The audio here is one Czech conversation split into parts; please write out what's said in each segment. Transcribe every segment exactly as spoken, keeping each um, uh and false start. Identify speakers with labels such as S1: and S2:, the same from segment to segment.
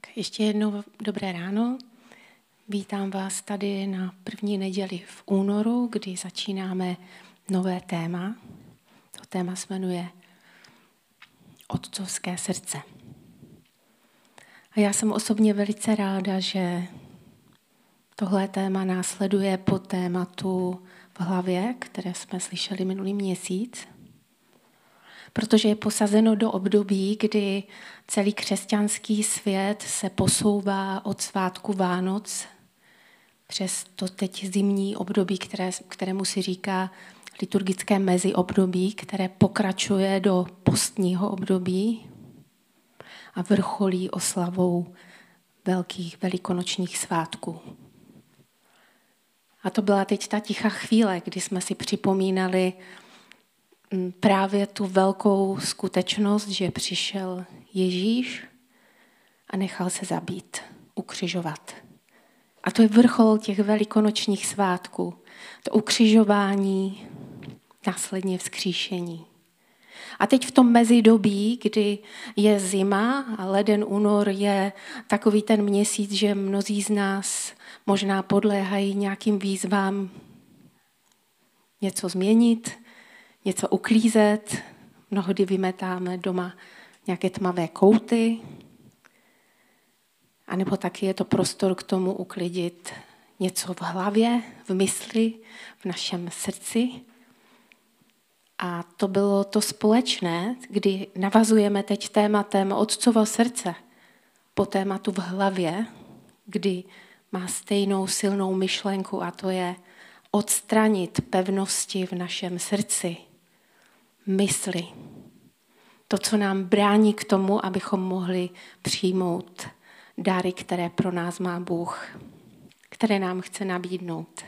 S1: Ještě jednou dobré ráno. Vítám vás tady na první neděli v únoru, kdy začínáme nové téma. To téma se jmenuje Otcovské srdce. A já jsem osobně velice ráda, že tohle téma následuje po tématu v hlavě, které jsme slyšeli minulý měsíc, protože je posazeno do období, kdy celý křesťanský svět se posouvá od svátku Vánoc přes to teď zimní období, které, kterému si říká liturgické meziobdobí, které pokračuje do postního období a vrcholí oslavou velkých velikonočních svátků. A to byla teď ta tichá chvíle, kdy jsme si připomínali právě tu velkou skutečnost, že přišel Ježíš a nechal se zabít, ukřižovat. A to je vrchol těch velikonočních svátků. To ukřižování, následně vzkříšení. A teď v tom mezidobí, kdy je zima a leden, únor je takový ten měsíc, že mnozí z nás možná podléhají nějakým výzvám něco změnit, něco uklízet, mnohdy vymetáme doma nějaké tmavé kouty, anebo taky je to prostor k tomu uklidit něco v hlavě, v mysli, v našem srdci. A to bylo to společné, kdy navazujeme teď tématem Otcovo srdce po tématu v hlavě, kdy má stejnou silnou myšlenku, a to je odstranit pevnosti v našem srdci, mysli. To, co nám brání k tomu, abychom mohli přijmout dary, které pro nás má Bůh, které nám chce nabídnout.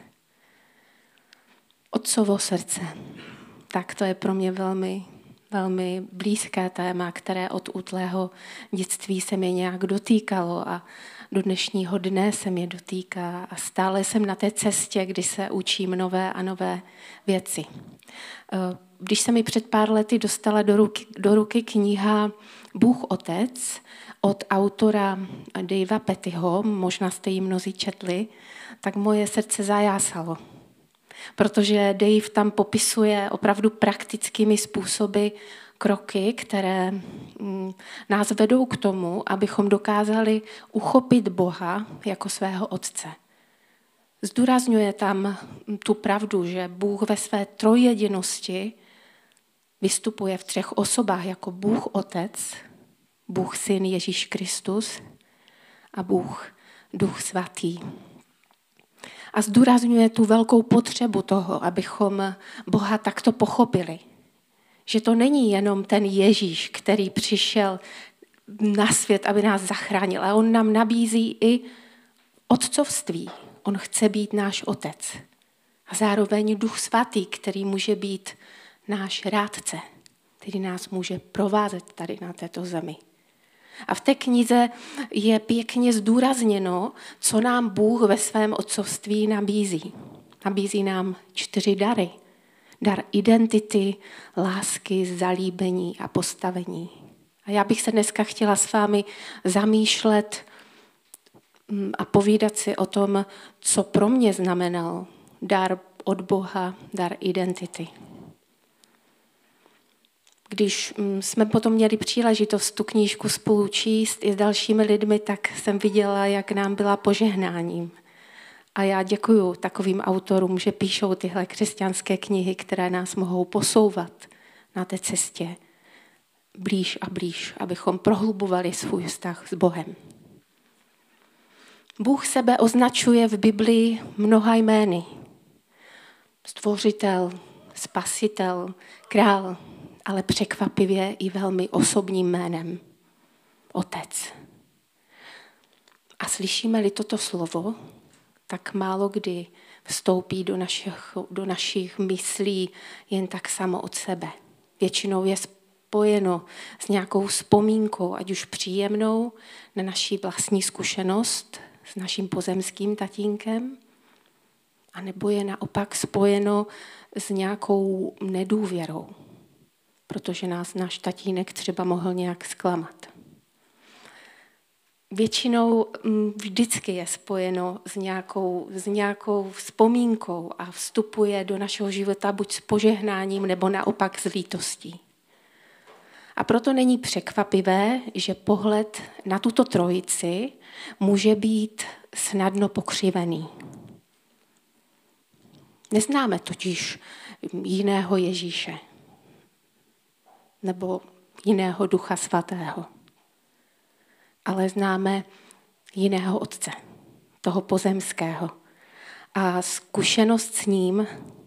S1: Otcovo srdce. Tak to je pro mě velmi, velmi blízké téma, které od útlého dětství se mě nějak dotýkalo a do dnešního dne se mě dotýká a stále jsem na té cestě, kdy se učím nové a nové věci. Když se mi před pár lety dostala do ruky, do ruky kniha Bůh Otec od autora Davea Pettyho, možná jste ji mnozí četli, tak moje srdce zajásalo. Protože Dave tam popisuje opravdu praktickými způsoby kroky, které nás vedou k tomu, abychom dokázali uchopit Boha jako svého Otce. Zdůrazňuje tam tu pravdu, že Bůh ve své trojjedinosti vystupuje v třech osobách jako Bůh Otec, Bůh Syn Ježíš Kristus a Bůh Duch Svatý. A zdůrazňuje tu velkou potřebu toho, abychom Boha takto pochopili. Že to není jenom ten Ježíš, který přišel na svět, aby nás zachránil, ale on nám nabízí i otcovství. On chce být náš otec. A zároveň Duch Svatý, který může být náš rádce, který nás může provázet tady na této zemi. A v té knize je pěkně zdůrazněno, co nám Bůh ve svém otcovství nabízí. Nabízí nám čtyři dary. Dar identity, lásky, zalíbení a postavení. A já bych se dneska chtěla s vámi zamýšlet a povídat si o tom, co pro mě znamenal dar od Boha, dar identity. Když jsme potom měli příležitost tu knížku spolu číst i s dalšími lidmi, tak jsem viděla, jak nám byla požehnáním. A já děkuju takovým autorům, že píšou tyhle křesťanské knihy, které nás mohou posouvat na té cestě blíž a blíž, abychom prohlubovali svůj vztah s Bohem. Bůh sebe označuje v Biblii mnoha jmény. Stvořitel, spasitel, král, ale překvapivě i velmi osobním jménem. Otec. A slyšíme-li toto slovo, tak málo kdy vstoupí do našich, do našich myslí jen tak samo od sebe. Většinou je spojeno s nějakou vzpomínkou, ať už příjemnou, na naši vlastní zkušenost s naším pozemským tatínkem, anebo je naopak spojeno s nějakou nedůvěrou, protože nás náš tatínek třeba mohl nějak zklamat. většinou vždycky je spojeno s nějakou, s nějakou vzpomínkou a vstupuje do našeho života buď s požehnáním, nebo naopak s lítostí. A proto není překvapivé, že pohled na tuto trojici může být snadno pokřivený. Neznáme totiž jiného Ježíše nebo jiného Ducha Svatého, ale známe jiného Otce, toho pozemského. A zkušenost s ním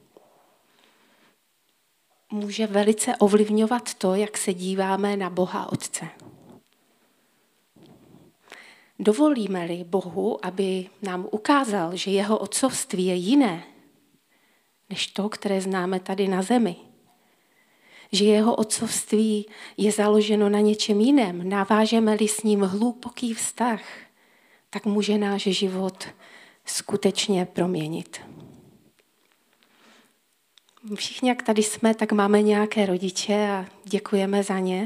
S1: může velice ovlivňovat to, jak se díváme na Boha Otce. Dovolíme-li Bohu, aby nám ukázal, že jeho otcovství je jiné než to, které známe tady na zemi, že jeho otcovství je založeno na něčem jiném, navážeme-li s ním hluboký vztah, tak může náš život skutečně proměnit. Všichni, jak tady jsme, tak máme nějaké rodiče a děkujeme za ně.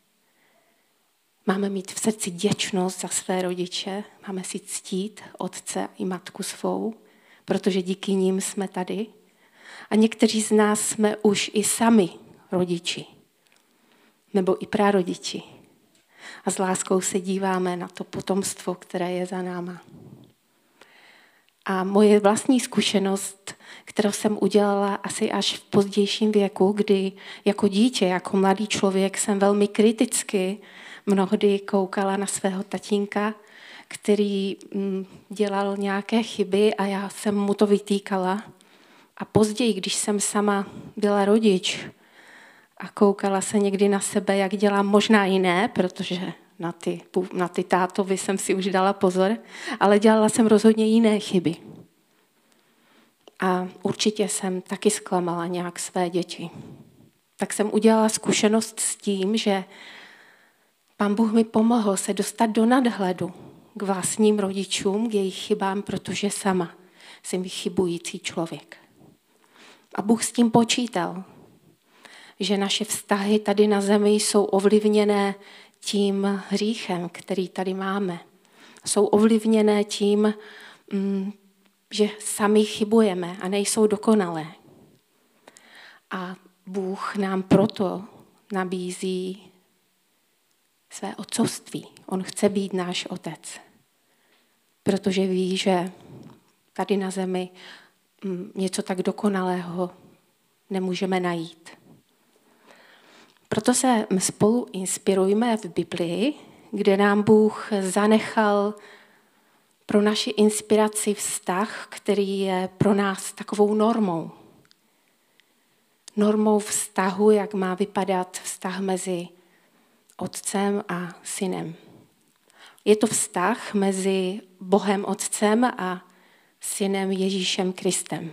S1: Máme mít v srdci vděčnost za své rodiče, máme si ctít otce i matku svou, protože díky nim jsme tady. A někteří z nás jsme už i sami rodiči, nebo i prarodiči. A s láskou se díváme na to potomstvo, které je za náma. A moje vlastní zkušenost, kterou jsem udělala asi až v pozdějším věku, kdy jako dítě, jako mladý člověk jsem velmi kriticky mnohdy koukala na svého tatínka, který dělal nějaké chyby a já jsem mu to vytýkala. A později, když jsem sama byla rodič a koukala se někdy na sebe, jak dělám možná jiné, protože na ty, na ty tátovi jsem si už dala pozor, ale dělala jsem rozhodně jiné chyby. A určitě jsem taky zklamala nějak své děti. Tak jsem udělala zkušenost s tím, že Pán Bůh mi pomohl se dostat do nadhledu k vlastním rodičům, k jejich chybám, protože sama jsem chybující člověk. A Bůh s tím počítal, že naše vztahy tady na zemi jsou ovlivněné tím hříchem, který tady máme. Jsou ovlivněné tím, že sami chybujeme a nejsou dokonalé. A Bůh nám proto nabízí své otcovství. On chce být náš otec, protože ví, že tady na zemi něco tak dokonalého nemůžeme najít. Proto se spolu inspirujme v Biblii, kde nám Bůh zanechal pro naši inspiraci vztah, který je pro nás takovou normou. Normou vztahu, jak má vypadat vztah mezi otcem a synem. Je to vztah mezi Bohem Otcem a synem Ježíšem Kristem.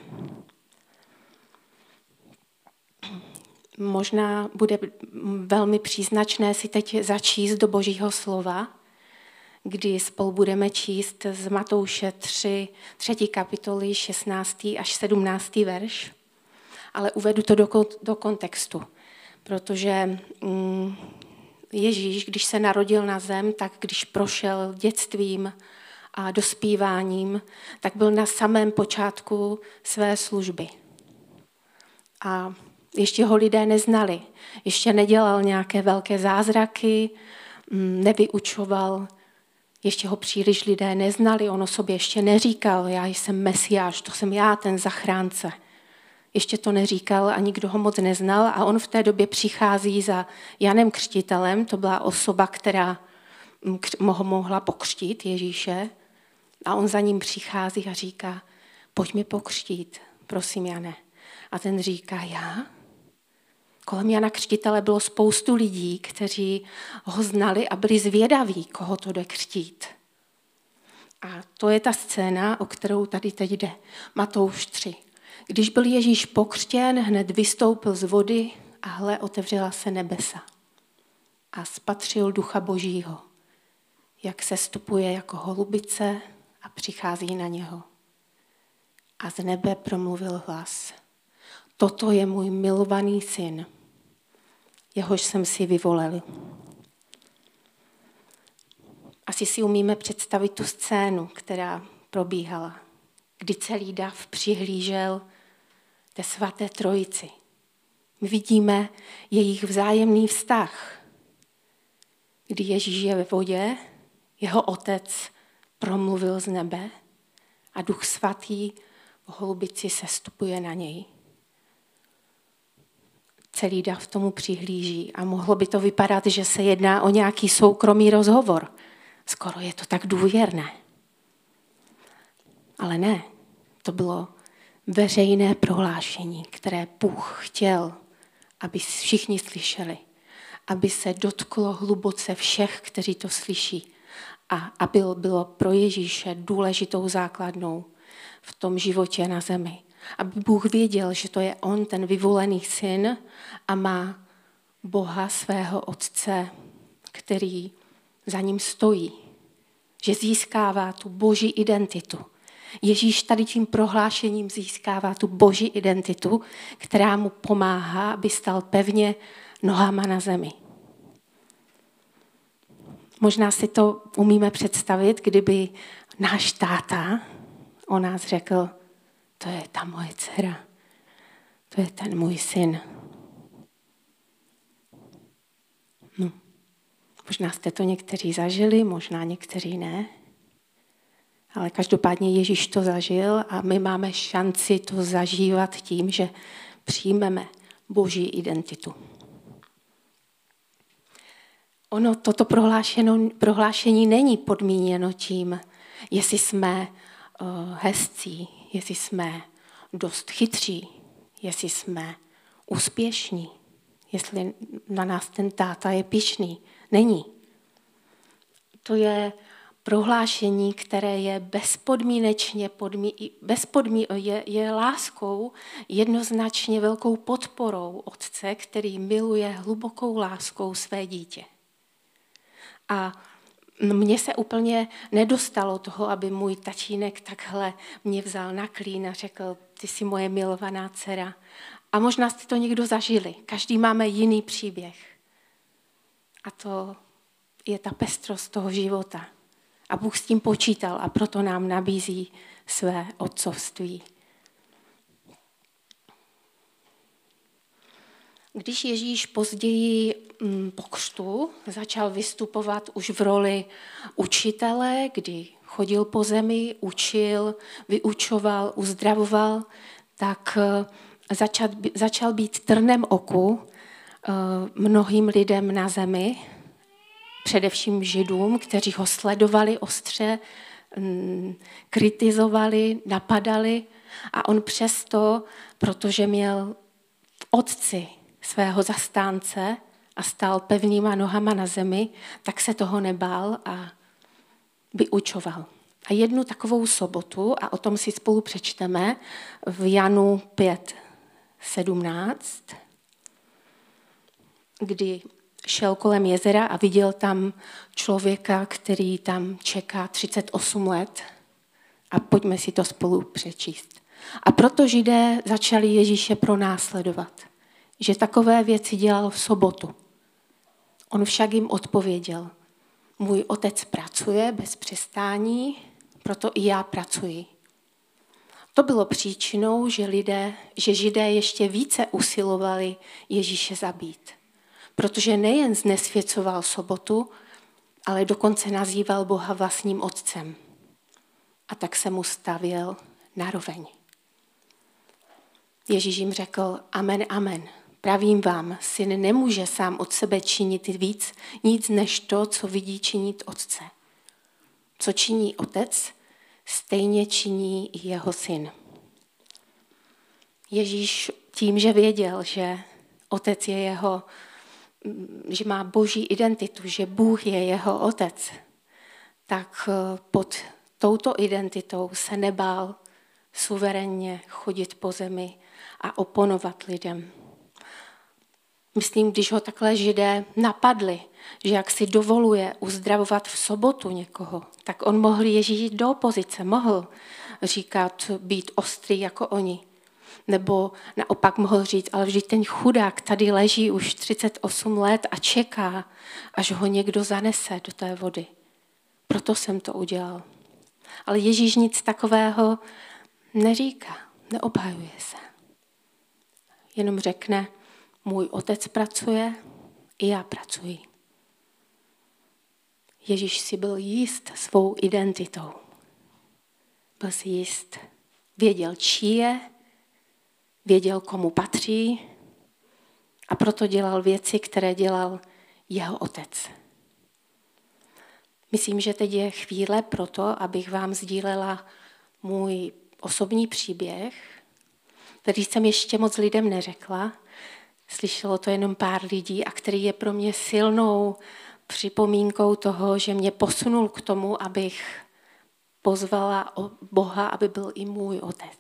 S1: Možná bude velmi příznačné si teď začíst do Božího slova, kdy spolu budeme číst z Matouše tři, třetí kapitoly, šestnáctý až sedmnáctý verš, ale uvedu to do, do kontextu, protože mm, Ježíš, když se narodil na zem, tak když prošel dětstvím a dospíváním, tak byl na samém počátku své služby. A ještě ho lidé neznali, ještě nedělal nějaké velké zázraky, nevyučoval, ještě ho příliš lidé neznali, on o sobě ještě neříkal, já jsem Mesiáš, to jsem já, ten zachránce. Ještě to neříkal a nikdo ho moc neznal a on v té době přichází za Janem Křtitelem, to byla osoba, která ho mohla pokřtít Ježíše a on za ním přichází a říká, pojď mi pokřtít, prosím Jane. A ten říká, já? Kolem Jana Křtitele bylo spoustu lidí, kteří ho znali a byli zvědaví, koho to jde křtít. A to je ta scéna, o kterou tady teď jde. Matouš tři. Když byl Ježíš pokřtěn, hned vystoupil z vody a hle, otevřela se nebesa. A spatřil Ducha Božího, jak se stupuje jako holubice a přichází na něho. A z nebe promluvil hlas. Toto je můj milovaný syn, jehož jsem si vyvolil. Asi si umíme představit tu scénu, která probíhala, kdy celý dav přihlížel té svaté trojici. My vidíme jejich vzájemný vztah, kdy Ježíš je ve vodě, jeho otec promluvil z nebe a Duch svatý v holubici sestupuje na něj. Celý dav tomu přihlíží a mohlo by to vypadat, že se jedná o nějaký soukromý rozhovor. Skoro je to tak důvěrné. Ale ne, to bylo veřejné prohlášení, které Bůh chtěl, aby všichni slyšeli, aby se dotklo hluboce všech, kteří to slyší a aby bylo pro Ježíše důležitou základnou v tom životě na zemi. Aby Bůh věděl, že to je on, ten vyvolený syn a má Boha svého otce, který za ním stojí, že získává tu boží identitu. Ježíš tady tím prohlášením získává tu boží identitu, která mu pomáhá, aby stal pevně nohama na zemi. Možná si to umíme představit, kdyby náš táta o nás řekl, to je ta moje dcera, to je ten můj syn. No. Možná jste to někteří zažili, možná někteří ne. Ale každopádně Ježíš to zažil a my máme šanci to zažívat tím, že přijmeme boží identitu. Ono, toto prohlášení není podmíněno tím, jestli jsme uh, hezcí, jestli jsme dost chytří, jestli jsme úspěšní, jestli na nás ten táta je pyšný. Není. To je prohlášení, které je bezpodmínečně, podmí, bezpodmí, je, je láskou, jednoznačně velkou podporou otce, který miluje hlubokou láskou své dítě. A mně se úplně nedostalo toho, aby můj tatínek takhle mě vzal na klín a řekl, ty jsi moje milovaná dcera. A možná jste to někdo zažili. Každý máme jiný příběh. A to je ta pestrost toho života. A Bůh s tím počítal a proto nám nabízí své otcovství. Když Ježíš později po křtu začal vystupovat už v roli učitele, kdy chodil po zemi, učil, vyučoval, uzdravoval, tak začal, začal být trnem oku mnohým lidem na zemi, především Židům, kteří ho sledovali ostře, kritizovali, napadali a on přesto, protože měl v otci svého zastánce a stál pevnýma nohama na zemi, tak se toho nebál a vyučoval. A jednu takovou sobotu, a o tom si spolu přečteme v Janu pět sedmnáct, kdy šel kolem jezera a viděl tam člověka, který tam čeká třicet osm let. A pojďme si to spolu přečíst. A proto Židé začali Ježíše pronásledovat, že takové věci dělal v sobotu. On však jim odpověděl, můj otec pracuje bez přestání, proto i já pracuji. To bylo příčinou, že, lidé, že Židé ještě více usilovali Ježíše zabít. Protože nejen znesvěcoval sobotu, ale dokonce nazýval Boha vlastním otcem. A tak se mu stavěl naroveň. Ježíš jim řekl, amen, amen. Pravím vám, syn nemůže sám od sebe činit víc, nic než to, co vidí činit otce. Co činí otec, stejně činí i jeho syn. Ježíš tím, že věděl, že otec je jeho, že má boží identitu, že Bůh je jeho otec, tak pod touto identitou se nebál suverénně chodit po zemi a oponovat lidem. Myslím, když ho takhle Židé napadli, že jak si dovoluje uzdravovat v sobotu někoho, tak on mohl Ježíš do opozice, mohl říkat, být ostrý jako oni. Nebo naopak mohl říct, ale vždyť ten chudák tady leží už třicet osm let a čeká, až ho někdo zanese do té vody. Proto jsem to udělal. Ale Ježíš nic takového neříká, neobhajuje se. Jenom řekne, můj otec pracuje, i já pracuji. Ježíš si byl jist svou identitou. Byl si jist. Věděl, čí je, věděl, komu patří a proto dělal věci, které dělal jeho otec. Myslím, že teď je chvíle pro to, abych vám sdílela můj osobní příběh, který jsem ještě moc lidem neřekla. Slyšelo to jenom pár lidí a který je pro mě silnou připomínkou toho, že mě posunul k tomu, abych pozvala Boha, aby byl i můj otec.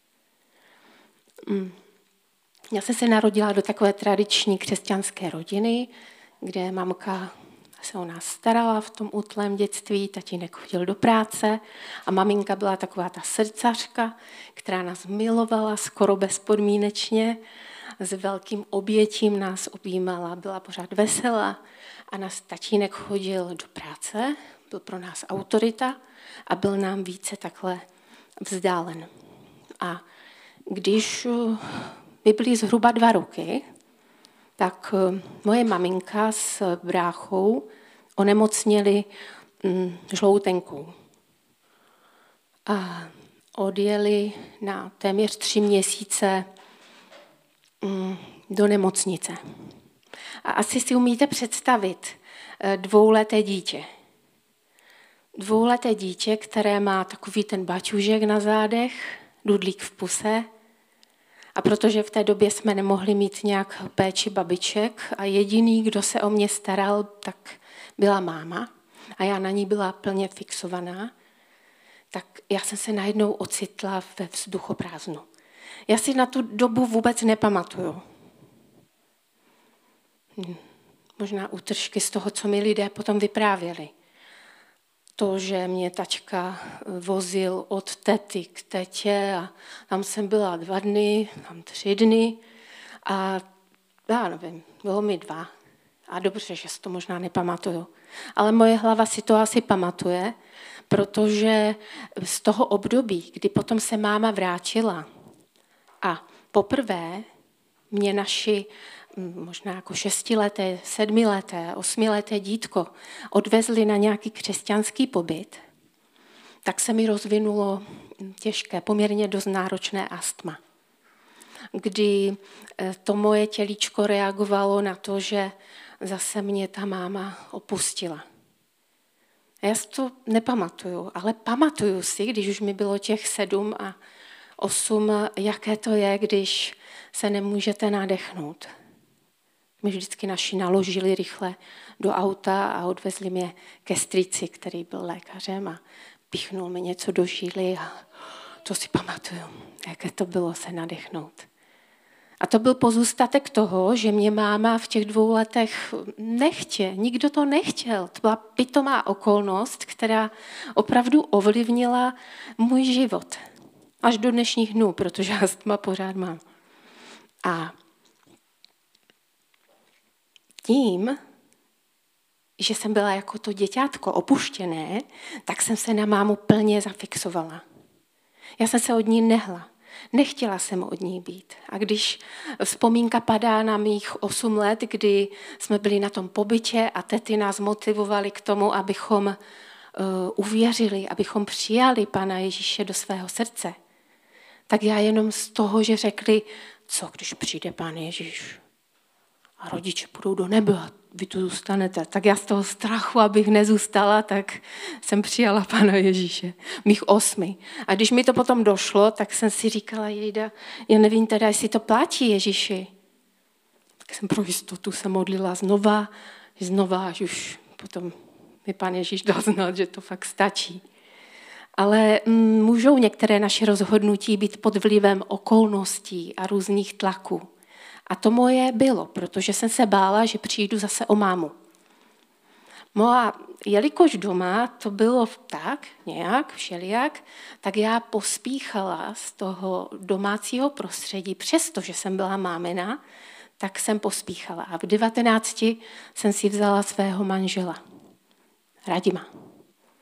S1: Já jsem se narodila do takové tradiční křesťanské rodiny, kde mamka se o nás starala v tom útlém dětství, tatínek chodil do práce a maminka byla taková ta srdcařka, která nás milovala skoro bezpodmínečně, s velkým obětím nás objímala, byla pořád veselá a náš tatínek chodil do práce, byl pro nás autorita a byl nám více takhle vzdálen. A když by byly zhruba dva roky, tak moje maminka s bráchou onemocněli žloutenkou. A odjeli na téměř tři měsíce do nemocnice. A asi si umíte představit dvouleté dítě. Dvouleté dítě, které má takový ten baťužek na zádech, dudlík v puse. A protože v té době jsme nemohli mít nějak péči babiček a jediný, kdo se o mě staral, tak byla máma a já na ní byla plně fixovaná, tak já jsem se najednou ocitla ve vzduchoprázdnu. Já si na tu dobu vůbec nepamatuju. Možná útržky z toho, co mi lidé potom vyprávěli. To, že mě tačka vozil od tety k tetě a tam jsem byla dva dny, tam tři dny a já nevím, bylo mi dva. A dobře, že si to možná nepamatuju. Ale moje hlava si to asi pamatuje, protože z toho období, kdy potom se máma vrátila a poprvé mě naši možná jako šestileté, sedmileté, osmileté dítko odvezli na nějaký křesťanský pobyt, tak se mi rozvinulo těžké, poměrně dost náročné astma, kdy to moje tělíčko reagovalo na to, že zase mě ta máma opustila. Já si to nepamatuju, ale pamatuju si, když už mi bylo těch sedm a osm, jaké to je, když se nemůžete nadechnout. My vždycky naši naložili rychle do auta a odvezli mě ke strýci, který byl lékařem a pichnul mi něco do žíly a to si pamatuju, jaké to bylo se nadechnout. A to byl pozůstatek toho, že mě máma v těch dvou letech nechtě, nikdo to nechtěl. To byla pitomá okolnost, která opravdu ovlivnila můj život. Až do dnešních dnů, protože astma pořád mám. A tím, že jsem byla jako to děťátko opuštěné, tak jsem se na mámu plně zafixovala. Já jsem se od ní nehla. Nechtěla jsem od ní být. A když vzpomínka padá na mých osm let, kdy jsme byli na tom pobytě a tety nás motivovali k tomu, abychom uh, uvěřili, abychom přijali Pána Ježíše do svého srdce, tak já jenom z toho, že řekli, co když přijde Pán Ježíš a rodiče půjdou do nebe a vy tu zůstanete. Tak já z toho strachu, abych nezůstala, tak jsem přijala Pána Ježíše, mých osmi. A když mi to potom došlo, tak jsem si říkala, jejda, já nevím teda, jestli to platí Ježíši. Tak jsem pro jistotu se modlila znova, znova, až už potom mi Pán Ježíš dal znát, že to fakt stačí. Ale můžou některé naše rozhodnutí být pod vlivem okolností a různých tlaků. A to moje bylo, protože jsem se bála, že přijdu zase o mámu. No a jelikož doma to bylo tak, nějak, všelijak, tak já pospíchala z toho domácího prostředí, přestože jsem byla mámina, tak jsem pospíchala. A v devatenácti jsem si vzala svého manžela, Radima.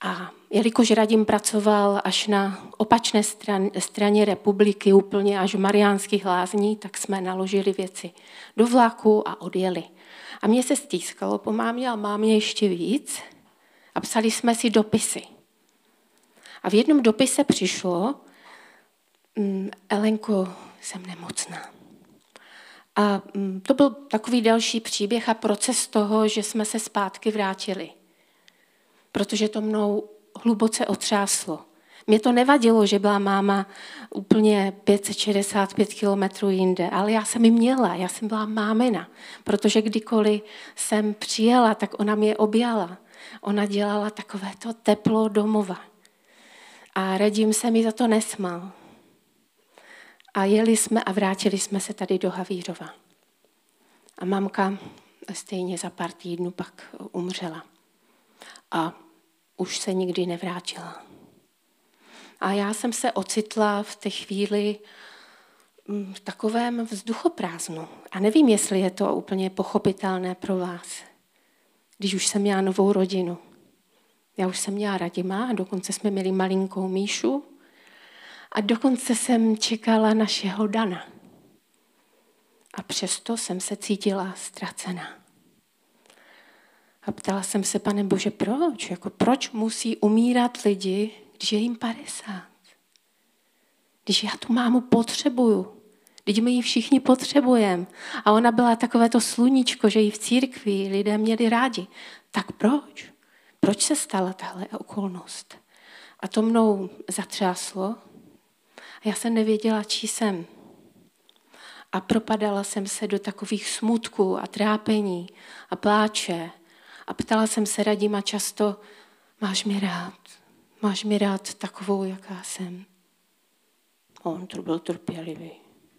S1: A jelikož Radim pracoval až na opačné stran, straně republiky, úplně až v Mariánských Lázních, tak jsme naložili věci do vlaku a odjeli. A mně se stýskalo po mámě a mámě ještě víc a psali jsme si dopisy. A v jednom dopise přišlo, Elenko, jsem nemocná. A to byl takový další příběh a proces toho, že jsme se zpátky vrátili. Protože to mnou hluboce otřáslo. Mě to nevadilo, že byla máma úplně pět set šedesát pět kilometrů jinde, ale já jsem ji měla, já jsem byla mámina, protože kdykoliv jsem přijela, tak ona mě objala. Ona dělala takovéto teplo domova. A Radim se mi za to nesmál. A jeli jsme a vrátili jsme se tady do Havířova. A mamka stejně za pár týdnů pak umřela. A už se nikdy nevrátila. A já jsem se ocitla v té chvíli v takovém vzduchoprázdnu. A nevím, jestli je to úplně pochopitelné pro vás. Když už jsem měla novou rodinu. Já už jsem měla Radima a dokonce jsme měli malinkou Míšu. A dokonce jsem čekala našeho Dana. A přesto jsem se cítila ztracená. A ptala jsem se, Pane Bože, proč? Jako, proč musí umírat lidi, když je jim padesát? Když já tu mámu potřebuju. Když my ji všichni potřebujeme. A ona byla takové to sluníčko, že ji v církvi lidé měli rádi. Tak proč? Proč se stala tahle okolnost? A to mnou zatřáslo. A já jsem nevěděla, čí jsem. A propadala jsem se do takových smutků a trápení a pláče. A ptala jsem se Radima často, máš mě rád? Máš mě rád takovou, jaká jsem? On to byl trpělivý.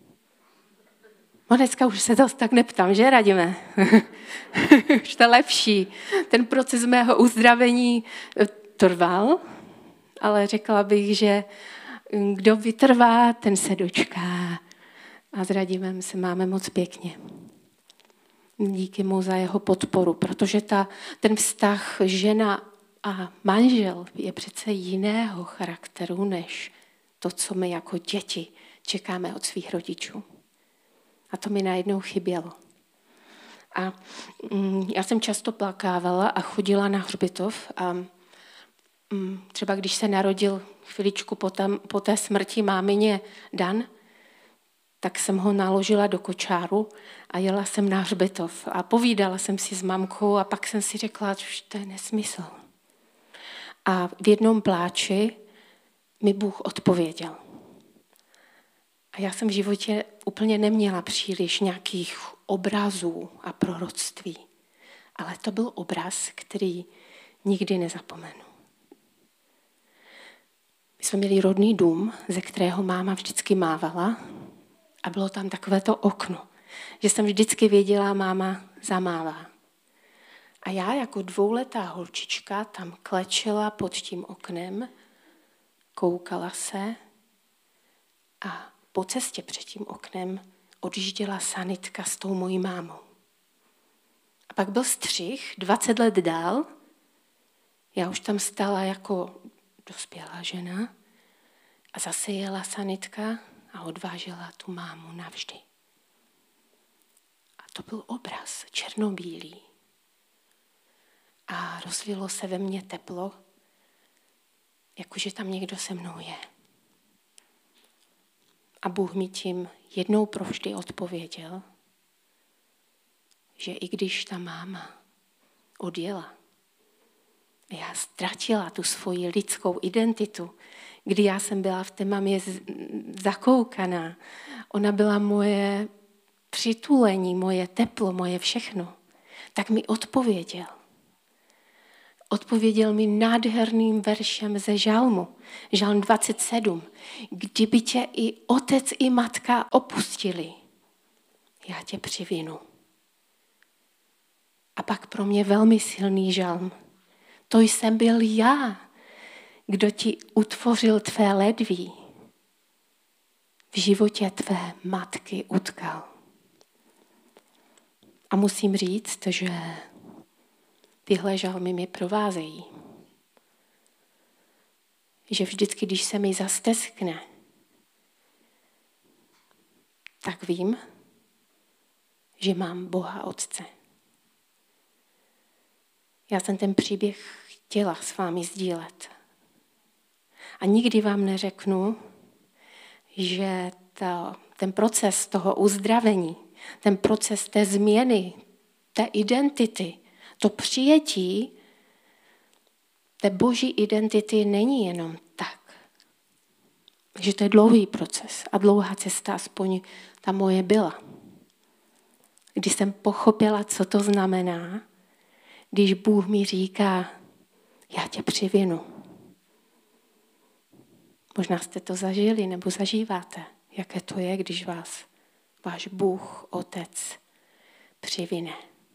S1: No dneska už se to tak neptám, že Radime? Už to lepší. Ten proces mého uzdravení trval, ale řekla bych, že kdo vytrvá, ten se dočká. A s Radimem se máme moc pěkně. Díky mu za jeho podporu, protože ta, ten vztah žena a manžel je přece jiného charakteru, než to, co my jako děti čekáme od svých rodičů. A to mi najednou chybělo. A mm, já jsem často plakávala a chodila na hřbitov a mm, třeba když se narodil chviličku po, tam, po té smrti mámině Dan, tak jsem ho naložila do kočáru a jela jsem na hřbitov a povídala jsem si s mamkou a pak jsem si řekla, že to je nesmysl. A v jednom pláči mi Bůh odpověděl. A já jsem v životě úplně neměla příliš nějakých obrazů a proroctví. Ale to byl obraz, který nikdy nezapomenu. My jsme měli rodný dům, ze kterého máma vždycky mávala a bylo tam takovéto okno, že jsem vždycky věděla, máma zamává. A já jako dvouletá holčička tam klečela pod tím oknem, koukala se a po cestě před tím oknem odjížděla sanitka s tou mojí mámou. A pak byl střih, dvacet let dál, já už tam stála jako dospělá žena a zase jela sanitka a odvážela tu mámu navždy. A to byl obraz černobílý. A rozvilo se ve mně teplo, jakože tam někdo se mnou je. A Bůh mi tím jednou provždy odpověděl, že i když ta máma odjela, já ztratila tu svoji lidskou identitu, kdy já jsem byla v té mamě zakoukaná. Ona byla moje přitulení, moje teplo, moje všechno. Tak mi odpověděl. Odpověděl mi nádherným veršem ze žalmu, žalm dvacet sedm. Kdyby tě i otec, i matka opustili, já tě přivinu. A pak pro mě velmi silný žalm. To jsem byl já, kdo ti utvořil tvé ledví. V životě tvé matky utkal. A musím říct, že tyhle žalmy mě provázejí. že vždycky, když se mi zasteskne, tak vím, že mám Boha Otce. Já jsem ten příběh chtěla s vámi sdílet. A nikdy vám neřeknu, že ta, ten proces toho uzdravení, ten proces té změny, té identity, to přijetí té boží identity není jenom tak. Že to je dlouhý proces a dlouhá cesta, aspoň ta moje byla. Když jsem pochopila, co to znamená, když Bůh mi říká, já tě přivinu. Možná jste to zažili nebo zažíváte, jaké to je, když vás váš Bůh, Otec, přivine.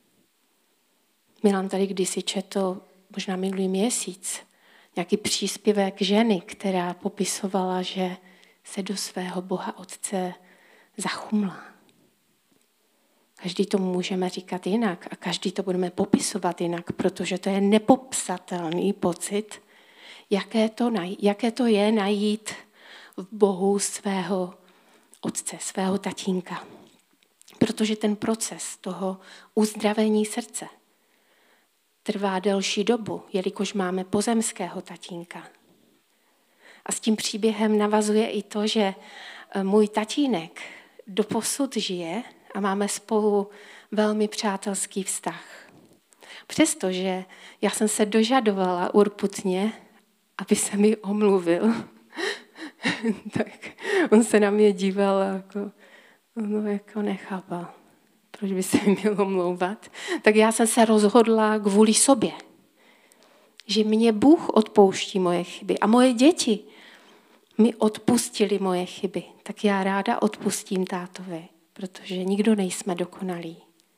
S1: Milan tady kdysi četl, možná minulý měsíc, nějaký příspěvek ženy, která popisovala, že se do svého Boha Otce zachumla. Každý to můžeme říkat jinak a každý to budeme popisovat jinak, protože to je nepopsatelný pocit, jaké to, naj- jaké to je najít v Bohu svého Otce, svého tatínka. Protože ten proces toho uzdravení srdce trvá delší dobu, jelikož máme pozemského tatínka. A s tím příběhem navazuje i to, že můj tatínek doposud žije a máme spolu velmi přátelský vztah. Přestože já jsem se dožadovala urputně, aby se mi omluvil, tak on se na mě díval a jako, no, jako nechápal, proč by se mi měl omlouvat. Tak já jsem se rozhodla kvůli sobě, že mě Bůh odpouští moje chyby a moje děti mi odpustili moje chyby. Tak já ráda odpustím tátovi, protože nikdo nejsme dokonalí.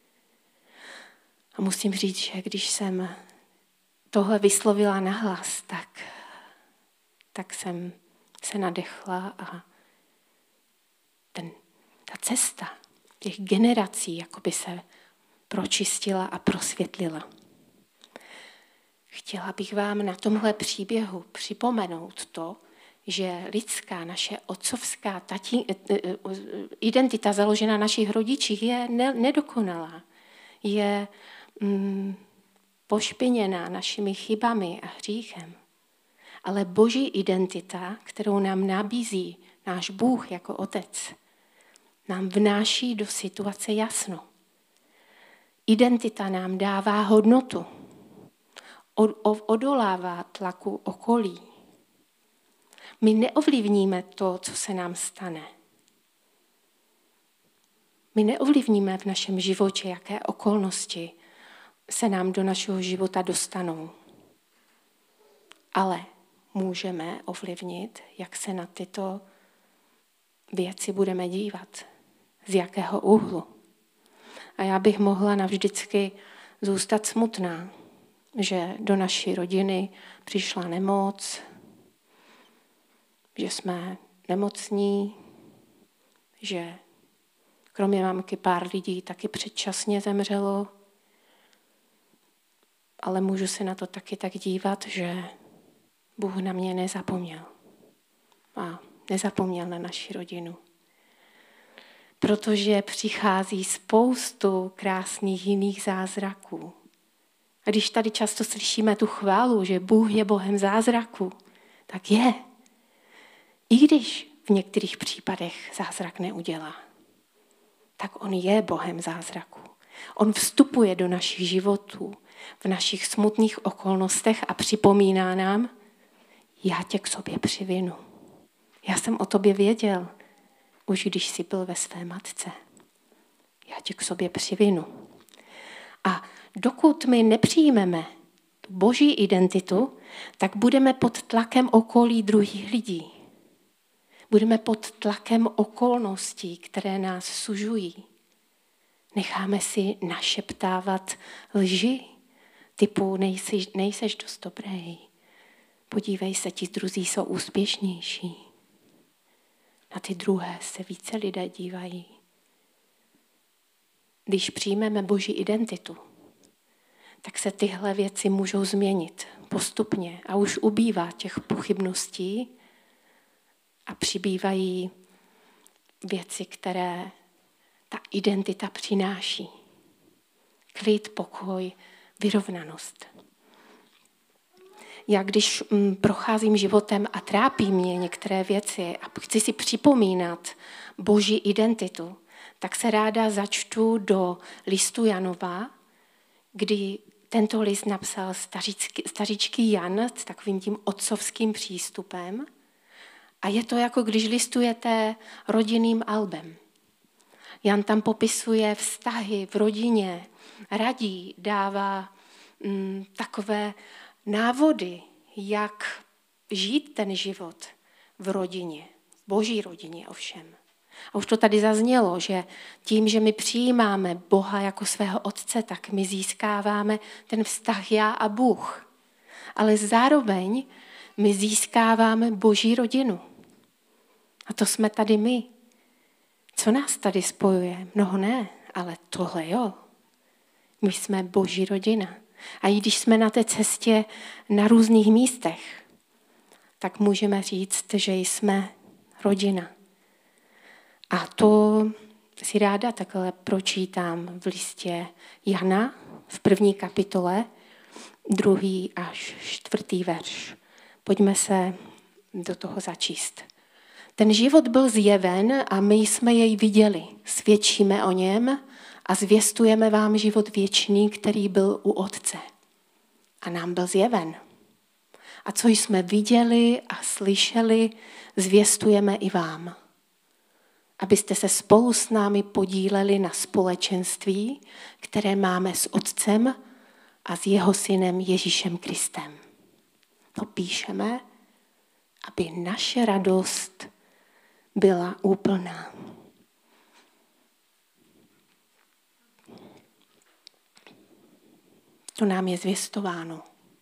S1: A musím říct, že když jsem tohle vyslovila nahlas, tak, tak jsem se nadechla a ten, ta cesta těch generací jakoby se pročistila a prosvětlila. Chtěla bych vám na tomhle příběhu připomenout to, že lidská, naše otcovská tatí, identita založená na našich rodičích je ne, nedokonalá. Je mm, pošpiněná našimi chybami a hříchem. Ale boží identita, kterou nám nabízí náš Bůh jako Otec, nám vnáší do situace jasno. Identita nám dává hodnotu, odolává tlaku okolí. My neovlivníme to, co se nám stane. My neovlivníme v našem životě, jaké okolnosti se nám do našeho života dostanou. Ale můžeme ovlivnit, jak se na tyto věci budeme dívat, z jakého úhlu. A já bych mohla navždycky zůstat smutná, že do naší rodiny přišla nemoc, že jsme nemocní, že kromě mamky pár lidí taky předčasně zemřelo, ale můžu se na to taky tak dívat, že Bůh na mě nezapomněl. A nezapomněl na naši rodinu. Protože přichází spoustu krásných jiných zázraků. A když tady často slyšíme tu chválu, že Bůh je Bohem zázraku, tak je. I když v některých případech zázrak neudělá, tak on je Bohem zázraku. On vstupuje do našich životů, v našich smutných okolnostech a připomíná nám, já tě k sobě přivinu. Já jsem o tobě věděl, už když jsi byl ve své matce. Já tě k sobě přivinu. A dokud my nepřijmeme tu boží identitu, tak budeme pod tlakem okolí druhých lidí. Budeme pod tlakem okolností, které nás sužují. Necháme si našeptávat lži, typu nejsi, nejseš dost dobrý. Podívej se, ti druzí jsou úspěšnější. Na ty druhé se více lidé dívají. Když přijmeme boží identitu, tak se tyhle věci můžou změnit postupně a už ubývá těch pochybností a přibývají věci, které ta identita přináší. Klid, pokoj, vyrovnanost. Já když mm, procházím životem a trápí mě některé věci a chci si připomínat Boží identitu, tak se ráda začtu do listu Janova, kdy tento list napsal stařičky, stařičky Jan s takovým tím otcovským přístupem. A je to jako když listujete rodinným albem. Jan tam popisuje vztahy v rodině, radí, dává mm, takové návody, jak žít ten život v rodině, v Boží rodině ovšem. A už to tady zaznělo, že tím, že my přijímáme Boha jako svého otce, tak my získáváme ten vztah já a Bůh. Ale zároveň my získáváme Boží rodinu. A to jsme tady my. Co nás tady spojuje? Mnoho ne, ale tohle jo. My jsme Boží rodina. A i když jsme na té cestě na různých místech, tak můžeme říct, že jsme rodina. A to si ráda takhle pročítám v listě Jana v první kapitole, druhý až čtvrtý verš. Pojďme se do toho začíst. Ten život byl zjeven a my jsme jej viděli. Svědčíme o něm a zvěstujeme vám život věčný, který byl u Otce. A nám byl zjeven. A co jsme viděli a slyšeli, zvěstujeme i vám. Abyste se spolu s námi podíleli na společenství, které máme s Otcem a s jeho synem Ježíšem Kristem. To píšeme, aby naše radost byla úplná. To nám je zvěstováno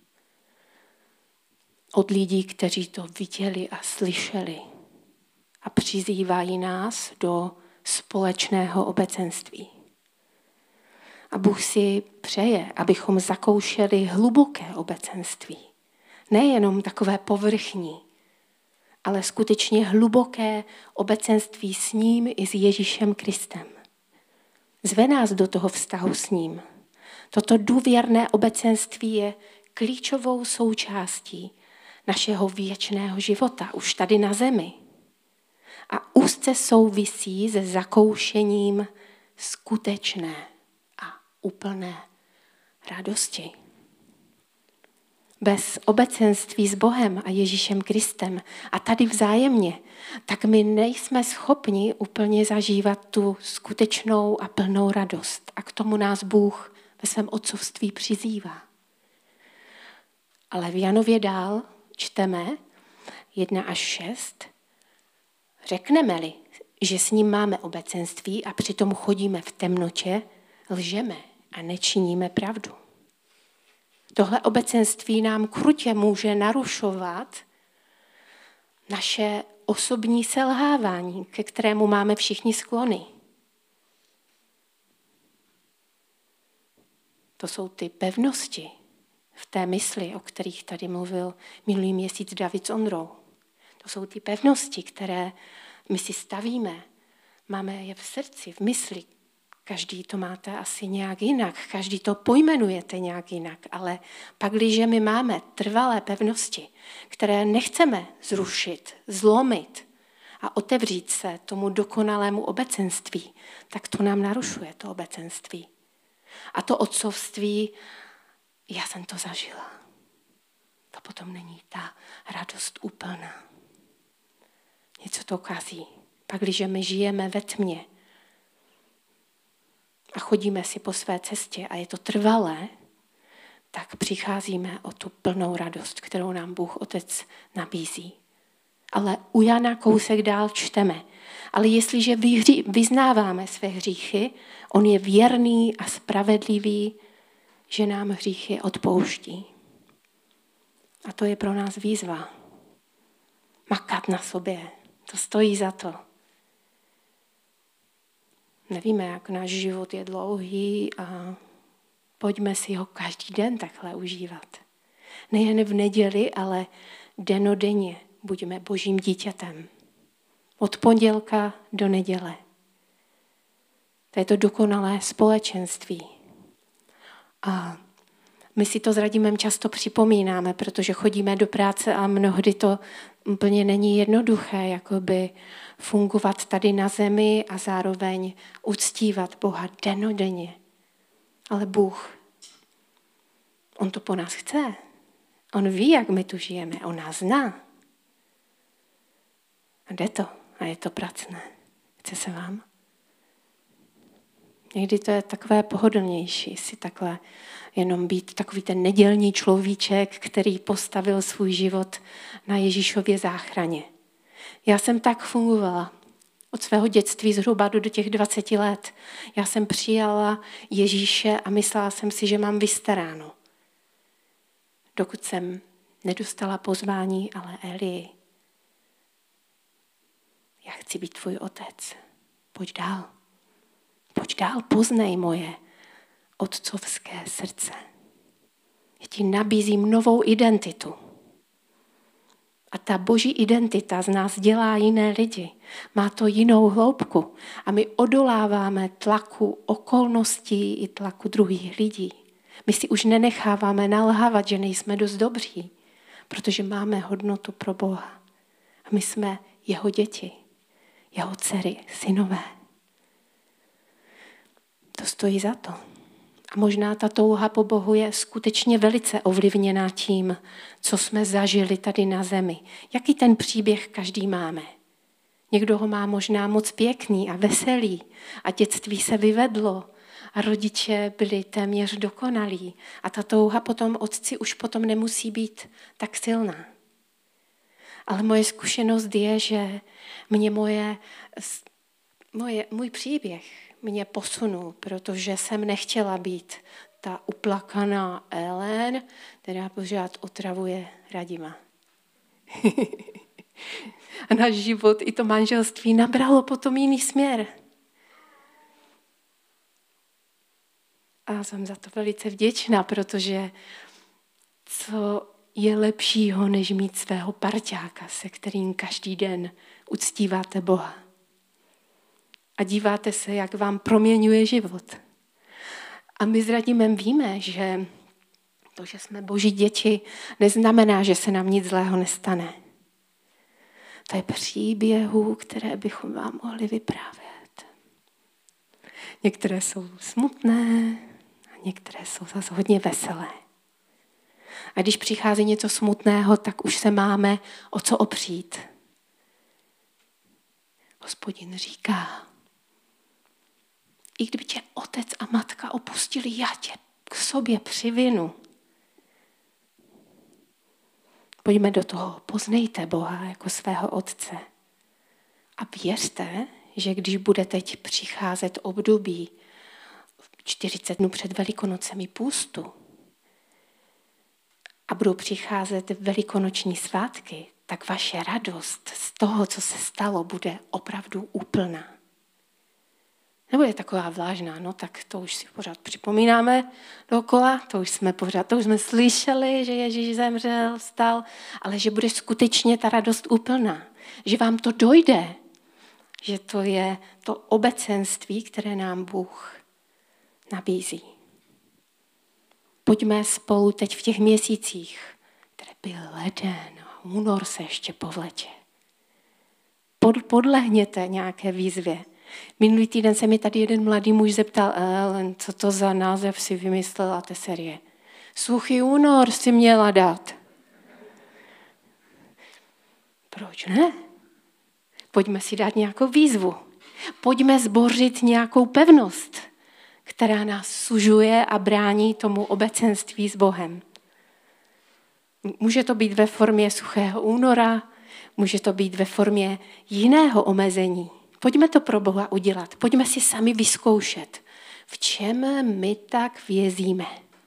S1: od lidí, kteří to viděli a slyšeli a přizývají nás do společného obecenství. A Bůh si přeje, abychom zakoušeli hluboké obecenství. Nejenom takové povrchní, ale skutečně hluboké obecenství s ním i s Ježíšem Kristem. Zve nás do toho vztahu s ním. Toto důvěrné obecenství je klíčovou součástí našeho věčného života, už tady na zemi. A úzce souvisí se zakoušením skutečné a úplné radosti. Bez obecenství s Bohem a Ježíšem Kristem a tady vzájemně, tak my nejsme schopni úplně zažívat tu skutečnou a plnou radost. A k tomu nás Bůh ve svém otcovství přizývá. Ale v Janově dál čteme jedna až šest. Řekneme-li, že s ním máme obecenství a přitom chodíme v temnotě, lžeme a nečiníme pravdu. Tohle obecenství nám krutě může narušovat naše osobní selhávání, ke kterému máme všichni sklony. To jsou ty pevnosti v té mysli, o kterých tady mluvil minulý měsíc David s Ondrou. To jsou ty pevnosti, které my si stavíme. Máme je v srdci, v mysli. Každý to máte asi nějak jinak, každý to pojmenujete nějak jinak, ale pak, když my máme trvalé pevnosti, které nechceme zrušit, zlomit a otevřít se tomu dokonalému obecenství, tak to nám narušuje to obecenství. A to otcovství, já jsem to zažila. To potom není ta radost úplná. Něco to kazí. Pak, když my žijeme ve tmě a chodíme si po své cestě a je to trvalé, tak přicházíme o tu plnou radost, kterou nám Bůh Otec nabízí. Ale u Jana kousek dál čteme. Ale jestliže vyznáváme své hříchy, on je věrný a spravedlivý, že nám hříchy odpouští. A to je pro nás výzva. Makat na sobě. To stojí za to. Nevíme, jak náš život je dlouhý a Pojďme si ho každý den takhle užívat. Nejen v neděli, ale denodenně buďme Božím dítětem. Od pondělka do neděle. To je to dokonalé společenství. A my si to s Radimem často připomínáme, protože chodíme do práce a mnohdy to úplně není jednoduché, jakoby fungovat tady na zemi a zároveň uctívat Boha dennodenně. Ale Bůh, on to po nás chce. On ví, jak my tu žijeme. On nás zná. A jde to. A je to pracné. Chce se vám? Někdy to je takové pohodlnější si takhle jenom být takový ten nedělní človíček, který postavil svůj život na Ježíšově záchraně. Já jsem tak fungovala od svého dětství zhruba do, do těch dvaceti let. Já jsem přijala Ježíše a myslela jsem si, že mám vystaráno. Dokud jsem nedostala pozvání, ale Eli, já chci být tvůj otec. Pojď dál. Pojď dál, poznej moje otcovské srdce. Já ti nabízím novou identitu. A ta Boží identita z nás dělá jiné lidi. Má to jinou hloubku. A my odoláváme tlaku okolností i tlaku druhých lidí. My si už nenecháváme nalhávat, že nejsme dost dobří, protože máme hodnotu pro Boha. A my jsme jeho děti, jeho dcery, synové. To stojí za to. A možná ta touha po Bohu je skutečně velice ovlivněná tím, co jsme zažili tady na zemi. Jaký ten příběh každý máme. Někdo ho má možná moc pěkný a veselý a dětství se vyvedlo a rodiče byli téměř dokonalí a ta touha potom otci už potom nemusí být tak silná. Ale moje zkušenost je, že mě moje, moje, můj příběh mě posunul, protože jsem nechtěla být ta uplakaná Ellen, která pořád otravuje Radima. A náš život i to manželství nabralo potom jiný směr. A jsem za to velice vděčná, protože co je lepšího, než mít svého parťáka, se kterým každý den uctíváte Boha. A díváte se, jak vám proměňuje život. A my s Radimem víme, že to, že jsme Boží děti, neznamená, že se nám nic zlého nestane. To je příběhů, které bychom vám mohli vyprávět. Některé jsou smutné a některé jsou zase hodně veselé. A když přichází něco smutného, tak už se máme o co opřít. Hospodin říká, i kdyby tě otec a matka opustili, já tě k sobě přivinu. Pojďme do toho, poznejte Boha jako svého otce. A věřte, že když bude teď přicházet období čtyřicet dnů před Velikonocemi půstu a budou přicházet velikonoční svátky, tak vaše radost z toho, co se stalo, bude opravdu úplná. Nebo je taková vlážná, no tak to už si pořád připomínáme dokola, to už jsme pořád, to už jsme slyšeli, že Ježíš zemřel, vstal, ale že bude skutečně ta radost úplná, že vám to dojde, že to je to obecenství, které nám Bůh nabízí. Pojďme spolu teď v těch měsících, které byl leden a únor se ještě povleče. Pod, podlehněte nějaké výzvě. Minulý týden se mi tady jeden mladý muž zeptal, Ellen, co to za název si vymyslela té série. Suchý únor si měla dát. Proč ne? Pojďme si dát nějakou výzvu. Pojďme zbořit nějakou pevnost, která nás sužuje a brání tomu obecenství s Bohem. Může to být ve formě suchého února, může to být ve formě jiného omezení. Pojďme to pro Boha udělat. Pojďme si sami vyzkoušet, v čem my tak vězíme.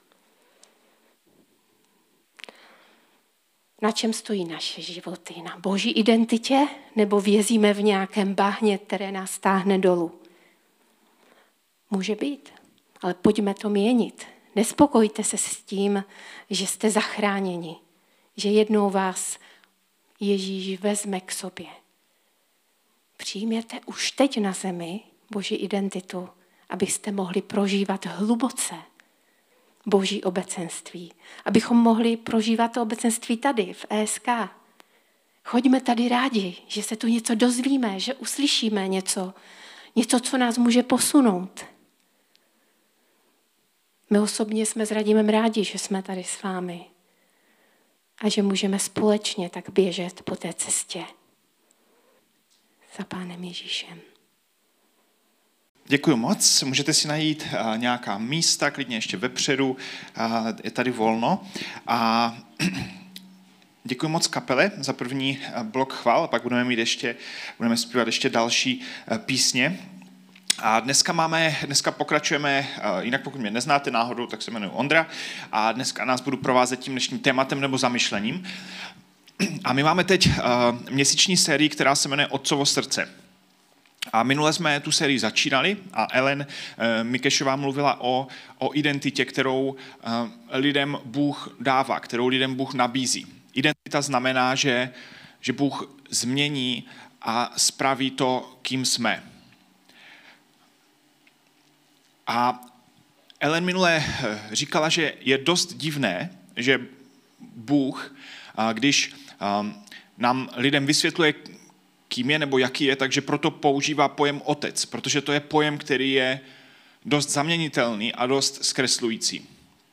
S1: Na čem stojí naše životy? Na Boží identitě? Nebo vězíme v nějakém bahně, které nás stáhne dolů? Může být, ale pojďme to měnit. Nespokojte se s tím, že jste zachráněni, že jednou vás Ježíš vezme k sobě. Přijměte už teď na zemi Boží identitu, abyste mohli prožívat hluboce Boží obecenství. Abychom mohli prožívat to obecenství tady, v E S K. Choďme tady rádi, že se tu něco dozvíme, že uslyšíme něco, něco, co nás může posunout. My osobně jsme s Radimem rádi, že jsme tady s vámi a že můžeme společně tak běžet po té cestě za Pánem Ježíšem.
S2: Děkuji moc. Můžete si najít uh, nějaká místa, klidně ještě vepředu, uh, je tady volno. A děkuji moc kapele za první blok chval, a pak budeme mít ještě, budeme zpívat ještě další uh, písně. A dneska máme, dneska pokračujeme, uh, jinak pokud mě neznáte náhodou, tak se jmenuji Ondra a dneska nás budu provázet tím dnešním tématem nebo zamyšlením. A my máme teď uh, měsíční sérii, která se jmenuje Otcovo srdce. A minule jsme tu sérii začínali a Ellen uh, Mikešová mluvila o, o identitě, kterou uh, lidem Bůh dává, kterou lidem Bůh nabízí. Identita znamená, že, že Bůh změní a spraví to, kým jsme. A Ellen minule říkala, že je dost divné, že Bůh, když nám lidem vysvětluje, kým je nebo jaký je, takže proto používá pojem otec, protože to je pojem, který je dost zaměnitelný a dost zkreslující.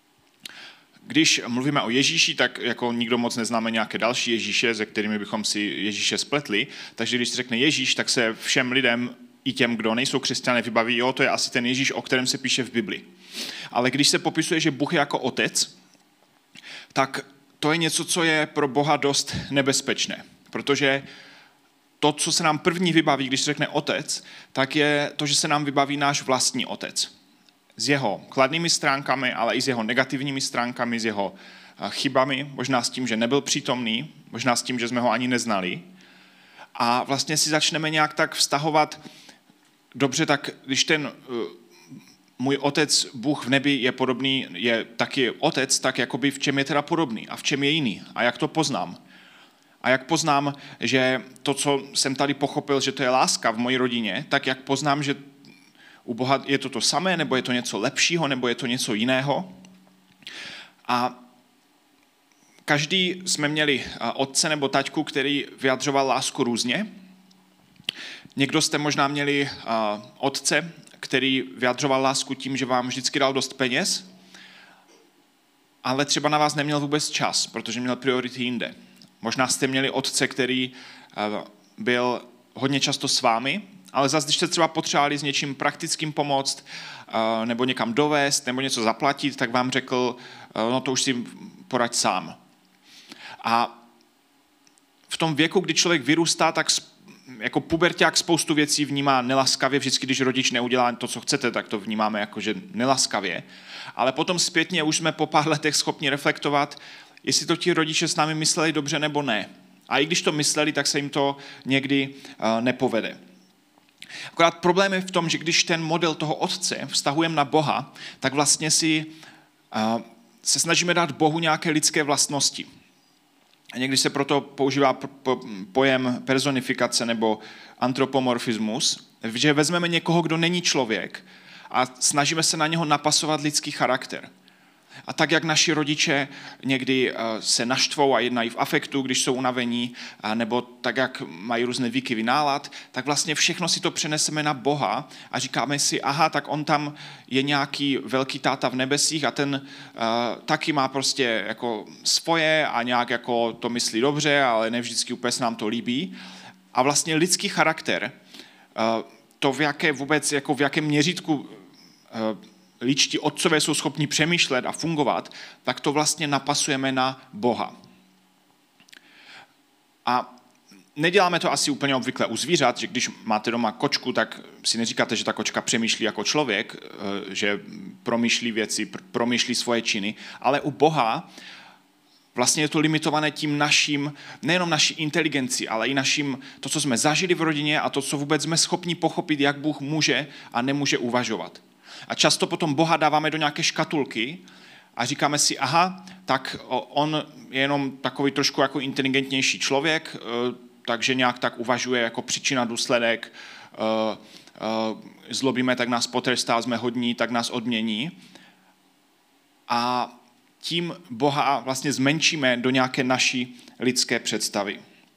S2: Když mluvíme o Ježíši, tak jako nikdo moc neznáme nějaké další Ježíše, se kterými bychom si Ježíše spletli, takže když se řekne Ježíš, tak se všem lidem i těm, kdo nejsou křesťané, vybaví, jo, to je asi ten Ježíš, o kterém se píše v Bibli. Ale když se popisuje, že Bůh je jako otec, tak to je něco, co je pro Boha dost nebezpečné. Protože to, co se nám první vybaví, když se řekne otec, tak je to, že se nám vybaví náš vlastní otec. S jeho kladnými stránkami, ale i s jeho negativními stránkami, s jeho chybami, možná s tím, že nebyl přítomný, možná s tím, že jsme ho ani neznali. A vlastně si začneme nějak tak vztahovat, dobře, tak když ten uh, můj otec, Bůh v nebi je podobný, je taky otec, tak jakoby v čem je teda podobný a v čem je jiný a jak to poznám. A jak poznám, že to, co jsem tady pochopil, že to je láska v mojí rodině, tak jak poznám, že u Boha je to to samé, nebo je to něco lepšího, nebo je to něco jiného. A každý jsme měli otce nebo taťku, který vyjadřoval lásku různě. Někdo jste možná měli otce, který vyjadřoval lásku tím, že vám vždycky dal dost peněz, ale třeba na vás neměl vůbec čas, protože měl priority jinde. Možná jste měli otce, který byl hodně často s vámi, ale zase, když jste třeba potřebovali s něčím praktickým pomoct, nebo někam dovést, nebo něco zaplatit, tak vám řekl, no to už si poraď sám. A v tom věku, kdy člověk vyrůstá, tak jako puberťák spoustu věcí vnímá nelaskavě. Vždycky, když rodič neudělá to, co chcete, tak to vnímáme jako, že nelaskavě. Ale potom zpětně už jsme po pár letech schopni reflektovat, jestli to ti rodiče s námi mysleli dobře nebo ne. A i když to mysleli, tak se jim to někdy uh, nepovede. Akorát problém je v tom, že když ten model toho otce vztahujeme na Boha, tak vlastně si uh, se snažíme dát Bohu nějaké lidské vlastnosti. A někdy se proto používá pojem personifikace nebo antropomorfismus, že vezmeme někoho, kdo není člověk a snažíme se na něho napasovat lidský charakter. A tak, jak naši rodiče někdy se naštvou a jednají v afektu, když jsou unavení, nebo tak, jak mají různé výkyvy nálad, tak vlastně všechno si to přeneseme na Boha a říkáme si, aha, tak on tam je nějaký velký táta v nebesích a ten uh, taky má prostě jako svoje a nějak jako to myslí dobře, ale ne vždycky úplně se nám to líbí. A vlastně lidský charakter, uh, to v jaké vůbec, jako v jakém měřítku uh, ličtí otcové jsou schopni přemýšlet a fungovat, tak to vlastně napasujeme na Boha. A neděláme to asi úplně obvykle u zvířat, že když máte doma kočku, tak si neříkáte, že ta kočka přemýšlí jako člověk, že promýšlí věci, promýšlí svoje činy, ale u Boha vlastně je to limitované tím naším, nejenom naší inteligenci, ale i naším, to, co jsme zažili v rodině a to, co vůbec jsme schopni pochopit, jak Bůh může a nemůže uvažovat. A často potom Boha dáváme do nějaké škatulky a říkáme si, aha, tak on je jenom takový trošku jako inteligentnější člověk, takže nějak tak uvažuje jako příčina důsledek, zlobíme, tak nás potrestá, jsme hodní, tak nás odmění. A tím Boha vlastně zmenšíme do nějaké naší lidské představy.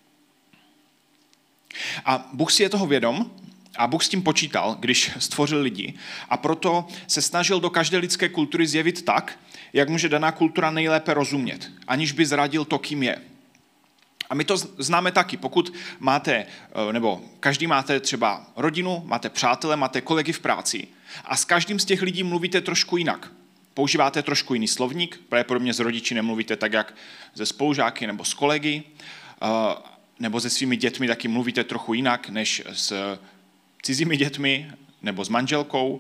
S2: A Bůh si je toho vědom a Bůh s tím počítal, když stvořil lidi. A proto se snažil do každé lidské kultury zjevit tak, jak může daná kultura nejlépe rozumět, aniž by zradil to, kým je. A my to známe taky, pokud máte, nebo každý máte třeba rodinu, máte přátele, máte kolegy v práci a s každým z těch lidí mluvíte trošku jinak. Používáte trošku jiný slovník, pravděpodobně s rodiči nemluvíte tak, jak ze spolužáky nebo s kolegy, nebo se svými dětmi taky mluvíte trochu jinak, než s cizími dětmi nebo s manželkou,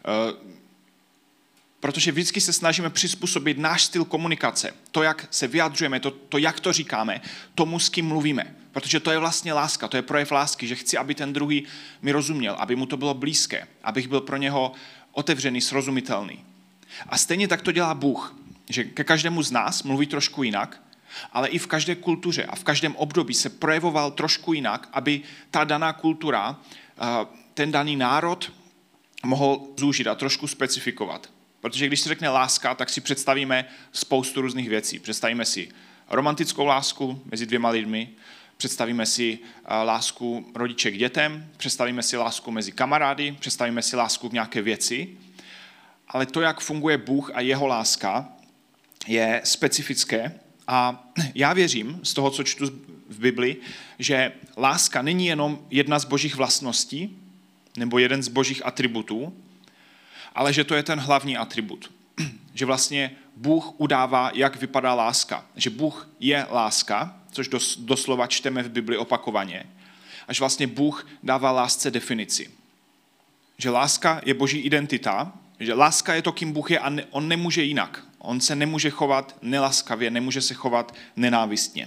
S2: protože vždycky se snažíme přizpůsobit náš styl komunikace, to, jak se vyjadřujeme, to, to, jak to říkáme, tomu, s kým mluvíme. Protože to je vlastně láska, to je projev lásky, že chci, aby ten druhý mi rozuměl, aby mu to bylo blízké, abych byl pro něho otevřený, srozumitelný. A stejně tak to dělá Bůh, že ke každému z nás mluví trošku jinak, ale i v každé kultuře a v každém období se projevoval trošku jinak, aby ta daná kultura, ten daný národ mohl zúžit a trošku specifikovat. Protože když se řekne láska, tak si představíme spoustu různých věcí. Představíme si romantickou lásku mezi dvěma lidmi, představíme si lásku rodiče k dětem, představíme si lásku mezi kamarády, představíme si lásku k nějaké věci, ale to, jak funguje Bůh a jeho láska, je specifické. A já věřím z toho, co čtu v Bibli, že láska není jenom jedna z božích vlastností nebo jeden z božích atributů, ale že to je ten hlavní atribut. Že vlastně Bůh udává, jak vypadá láska. Že Bůh je láska, což doslova čteme v Bibli opakovaně. Až vlastně Bůh dává lásce definici. Že láska je boží identita, že láska je to, kým Bůh je a ne, on nemůže jinak. On se nemůže chovat nelaskavě, nemůže se chovat nenávistně.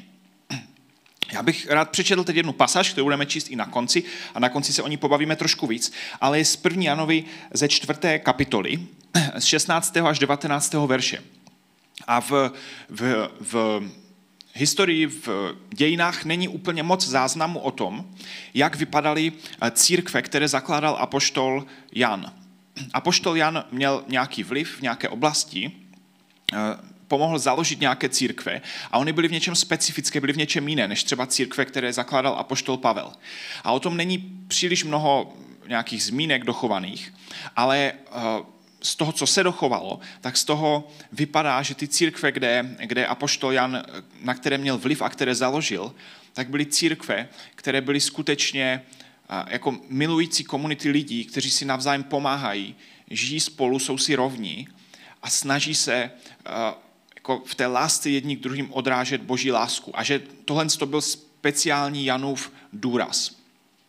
S2: Já bych rád přečetl teď jednu pasáž, kterou budeme číst i na konci a na konci se o ní pobavíme trošku víc, ale je z první Janovi ze čtvrté kapitoly, z šestnáctého až devatenáctého verše. A v, v, v historii, v dějinách není úplně moc záznamu o tom, jak vypadaly církve, které zakládal apoštol Jan. Apoštol Jan měl nějaký vliv v nějaké oblasti, pomohl založit nějaké církve a oni byli v něčem specifické, byli v něčem jiné, než třeba církve, které zakládal apoštol Pavel. A o tom není příliš mnoho nějakých zmínek dochovaných, ale z toho, co se dochovalo, tak z toho vypadá, že ty církve, kde, kde apoštol Jan, na které měl vliv a které založil, tak byly církve, které byly skutečně jako milující komunity lidí, kteří si navzájem pomáhají, žijí spolu, jsou si rovní a snaží se jako v té lásce jedni k druhým odrážet boží lásku. A že tohle to byl speciální Janův důraz.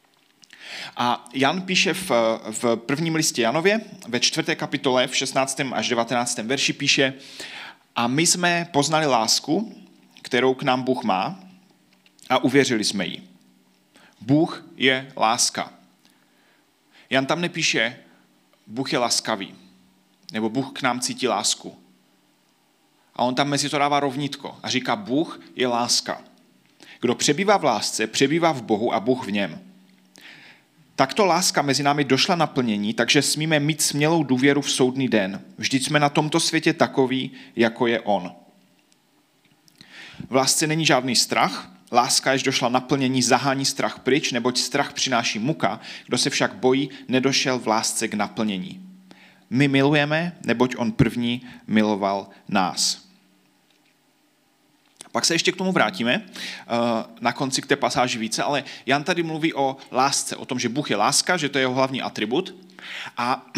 S2: A Jan píše v, v prvním listě Janově, ve čtvrté kapitole, v šestnáctém až devatenáctém verši píše: a my jsme poznali lásku, kterou k nám Bůh má, a uvěřili jsme jí. Bůh je láska. Jan tam nepíše, Bůh je laskavý, nebo Bůh k nám cítí lásku. A on tam mezi to dává rovnítko a říká, Bůh je láska. Kdo přebývá v lásce, přebývá v Bohu a Bůh v něm. Takto láska mezi námi došla na plnění, takže smíme mít smělou důvěru v soudný den. Vždyť jsme na tomto světě takový, jako je on. V lásce není žádný strach, láska, jež došla na plnění, zahání strach pryč, neboť strach přináší muka, kdo se však bojí, nedošel v lásce k naplnění. My milujeme, neboť on první miloval nás. Pak se ještě k tomu vrátíme na konci k té pasáži více, ale Jan tady mluví o lásce, o tom, že Bůh je láska, že to je jeho hlavní atribut. A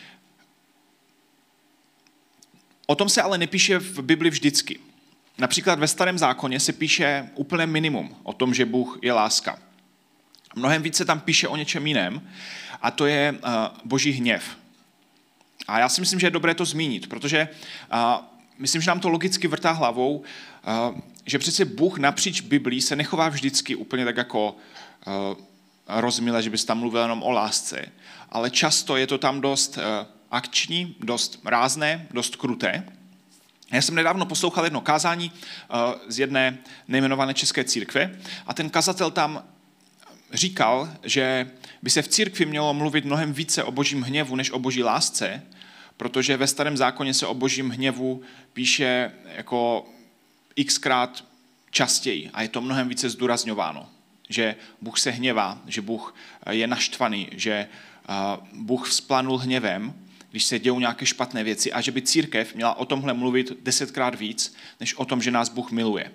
S2: o tom se ale nepíše v Bibli vždycky. Například ve Starém zákoně se píše úplné minimum o tom, že Bůh je láska. Mnohem více tam píše o něčem jiném a to je boží hněv. A já si myslím, že je dobré to zmínit, protože myslím, že nám to logicky vrtá hlavou, že přece Bůh napříč Biblí se nechová vždycky úplně tak jako rozmile, že bys tam mluvil jenom o lásce, ale často je to tam dost akční, dost rázné, dost kruté. Já jsem nedávno poslouchal jedno kázání z jedné nejmenované české církve a ten kazatel tam říkal, že by se v církvi mělo mluvit mnohem více o božím hněvu, než o boží lásce, protože ve Starém zákoně se o božím hněvu píše jako xkrát častěji a je to mnohem více zdůrazňováno, že Bůh se hněvá, že Bůh je naštvaný, že Bůh vzplanul hněvem, když se dějou nějaké špatné věci a že by církev měla o tomhle mluvit desetkrát víc, než o tom, že nás Bůh miluje.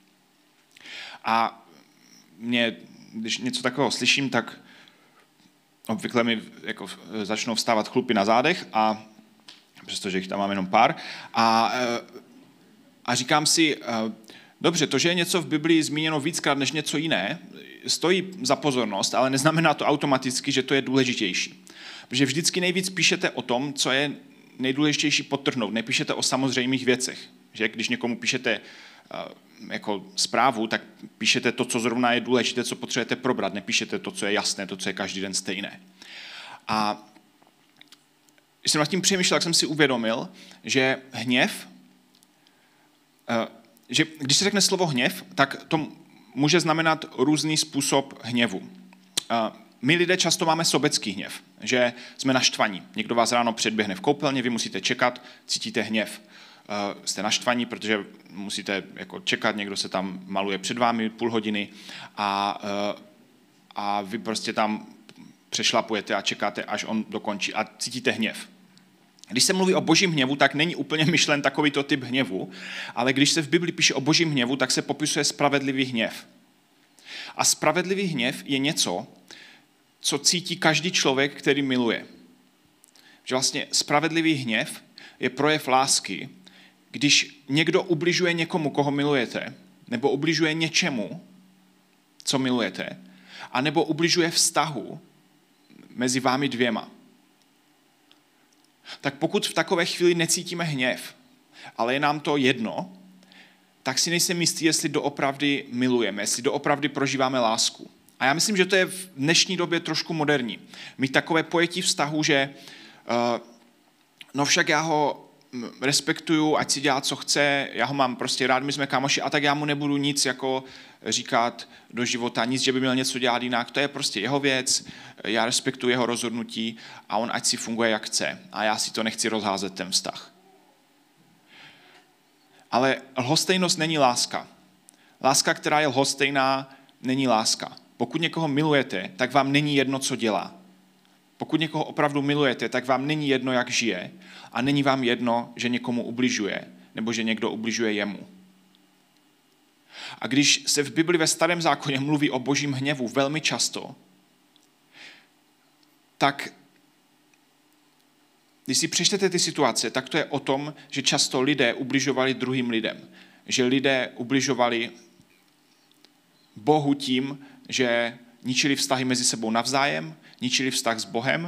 S2: A mě, když něco takového slyším, tak obvykle mi jako začnou vstávat chlupy na zádech, a přestože jich tam mám jenom pár. A, a říkám si, dobře, to, že je něco v Biblii zmíněno víckrát než něco jiné, stojí za pozornost, ale neznamená to automaticky, že to je důležitější. Protože vždycky nejvíc píšete o tom, co je nejdůležitější podtrhnout. Nepíšete o samozřejmých věcech. Že? Když někomu píšete uh, jako zprávu, tak píšete to, co zrovna je důležité, co potřebujete probrat. Nepíšete to, co je jasné, to, co je každý den stejné. A když jsem nad tím přemýšlel, tak jsem si uvědomil, že hněv, uh, že když se řekne slovo hněv, tak to může znamenat různý způsob hněvu. Uh, My lidé často máme sobecký hněv, že jsme naštvaní. Někdo vás ráno předběhne v koupelně, vy musíte čekat, cítíte hněv. Uh, jste naštvaní, protože musíte jako čekat, někdo se tam maluje před vámi půl hodiny a, uh, a vy prostě tam přešlapujete a čekáte, až on dokončí a cítíte hněv. Když se mluví o božím hněvu, tak není úplně myšlen takovýto typ hněvu, ale když se v Bibli píše o božím hněvu, tak se popisuje spravedlivý hněv. A spravedlivý hněv je něco, co cítí každý člověk, který miluje. Že vlastně spravedlivý hněv je projev lásky, když někdo ubližuje někomu, koho milujete, nebo ubližuje něčemu, co milujete, anebo ubližuje vztahu mezi vámi dvěma. Tak pokud v takové chvíli necítíme hněv, ale je nám to jedno, tak si nejsem jistý, jestli doopravdy milujeme, jestli doopravdy prožíváme lásku. A já myslím, že to je v dnešní době trošku moderní. Mít takové pojetí vztahu, že uh, no však já ho respektuju, ať si dělá, co chce, já ho mám prostě rád, my jsme kámoši, a tak já mu nebudu nic jako říkat do života, nic, že by měl něco dělat jinak. To je prostě jeho věc, já respektuji jeho rozhodnutí a on ať si funguje, jak chce. A já si to nechci rozházet, ten vztah. Ale lhostejnost není láska. Láska, která je lhostejná, není láska. Pokud někoho milujete, tak vám není jedno, co dělá. Pokud někoho opravdu milujete, tak vám není jedno, jak žije, a není vám jedno, že někomu ubližuje, nebo že někdo ubližuje jemu. A když se v Bibli ve Starém zákoně mluví o božím hněvu velmi často, tak když si přečtete ty situace, tak to je o tom, že často lidé ubližovali druhým lidem. Že lidé ubližovali Bohu tím, že ničili vztahy mezi sebou navzájem, ničili vztah s Bohem.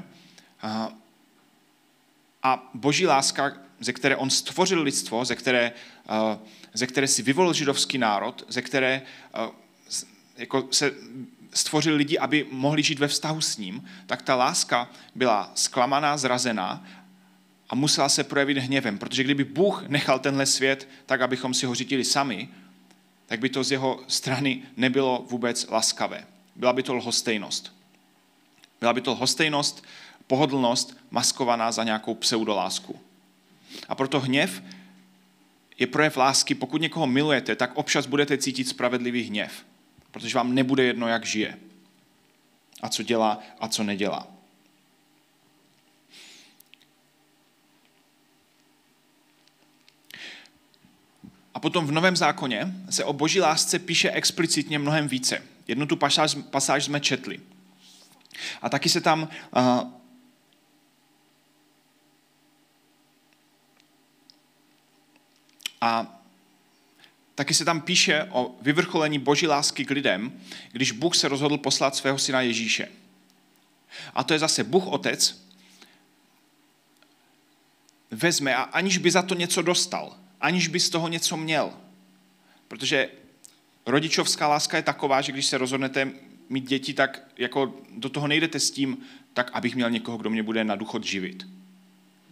S2: A boží láska, ze které on stvořil lidstvo, ze které, ze které si vyvolil židovský národ, ze které jako se stvořil lidi, aby mohli žít ve vztahu s ním, tak ta láska byla zklamaná, zrazená a musela se projevit hněvem. Protože kdyby Bůh nechal tenhle svět tak, abychom si ho řídili sami, tak by to z jeho strany nebylo vůbec laskavé. Byla by to lhostejnost. Byla by to lhostejnost, pohodlnost, maskovaná za nějakou pseudolásku. A proto hněv je projev lásky. Pokud někoho milujete, tak občas budete cítit spravedlivý hněv, protože vám nebude jedno, jak žije a co dělá a co nedělá. A potom v Novém zákoně se o boží lásce píše explicitně mnohem více. Jednu tu pasáž, pasáž jsme četli. A taky se tam uh, a taky se tam píše o vyvrcholení boží lásky k lidem, když Bůh se rozhodl poslat svého syna Ježíše. A to je zase Bůh Otec vezme, a aniž by za to něco dostal, aniž by z toho něco měl. Protože rodičovská láska je taková, že když se rozhodnete mít děti, tak jako do toho nejdete s tím, tak abych měl někoho, kdo mě bude na důchod živit.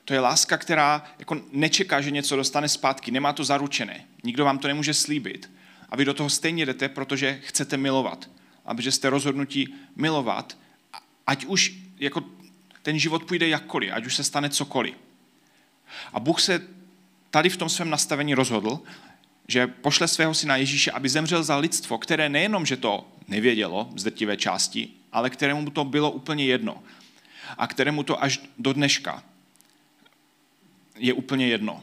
S2: To je láska, která jako nečeká, že něco dostane zpátky, nemá to zaručené. Nikdo vám to nemůže slíbit. A vy do toho stejně jdete, protože chcete milovat. A protože jste rozhodnutí milovat, ať už jako ten život půjde jakkoliv, ať už se stane cokoliv. A Bůh se tady v tom svém nastavení rozhodl, že pošle svého syna Ježíše, aby zemřel za lidstvo, které nejenom, že to nevědělo z drtivé části, ale kterému to bylo úplně jedno. A kterému to až do dneška je úplně jedno.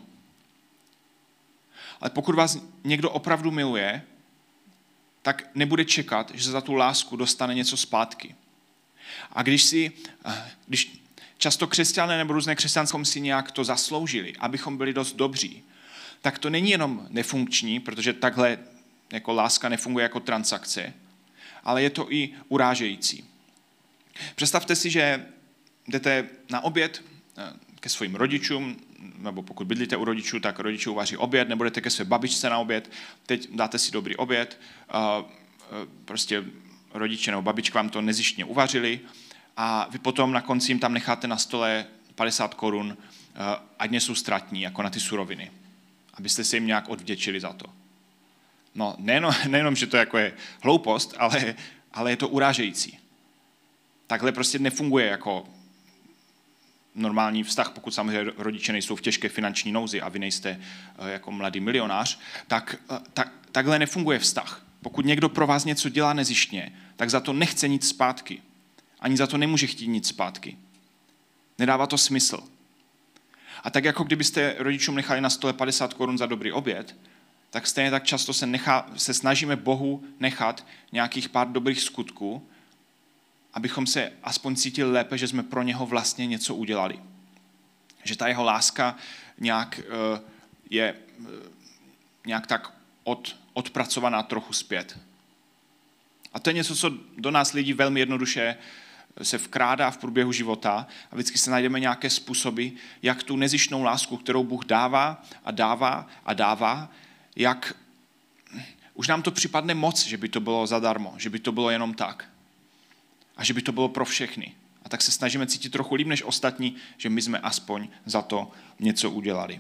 S2: Ale pokud vás někdo opravdu miluje, tak nebude čekat, že za tu lásku dostane něco zpátky. A když si, když často křesťané nebo různé křesťanské si nějak to zasloužili, abychom byli dost dobří, tak to není jenom nefunkční, protože takhle jako láska nefunguje jako transakce, ale je to i urážející. Představte si, že jdete na oběd ke svým rodičům, nebo pokud bydlíte u rodičů, tak rodiče uvaří oběd, nebo jdete ke své babičce na oběd, teď dáte si dobrý oběd, prostě rodiče nebo babička vám to nezištně uvařili a vy potom na konci jim tam necháte na stole padesát korun, ať nejsou ztratní, jako na ty suroviny, abyste se jim nějak odvděčili za to. No, nejenom, nejenom že to jako je hloupost, ale, ale je to urážející. Takhle prostě nefunguje jako normální vztah, pokud samozřejmě rodiče nejsou v těžké finanční nouzi a vy nejste jako mladý milionář, tak, tak takhle nefunguje vztah. Pokud někdo pro vás něco dělá nezištně, tak za to nechce nic zpátky. Ani za to nemůže chtít nic zpátky. Nedává to smysl. A tak jako kdybyste rodičům nechali na stole padesát korun za dobrý oběd, tak stejně tak často se, nechá, se snažíme Bohu nechat nějakých pár dobrých skutků, abychom se aspoň cítili lépe, že jsme pro něho vlastně něco udělali. Že ta jeho láska nějak je nějak tak od, odpracovaná trochu zpět. A to je něco, co do nás lidí velmi jednoduše se vkrádá v průběhu života a vždycky se najdeme nějaké způsoby, jak tu nezištnou lásku, kterou Bůh dává a dává a dává, jak už nám to připadne moc, že by to bylo zadarmo, že by to bylo jenom tak. A že by to bylo pro všechny. A tak se snažíme cítit trochu líp než ostatní, že my jsme aspoň za to něco udělali.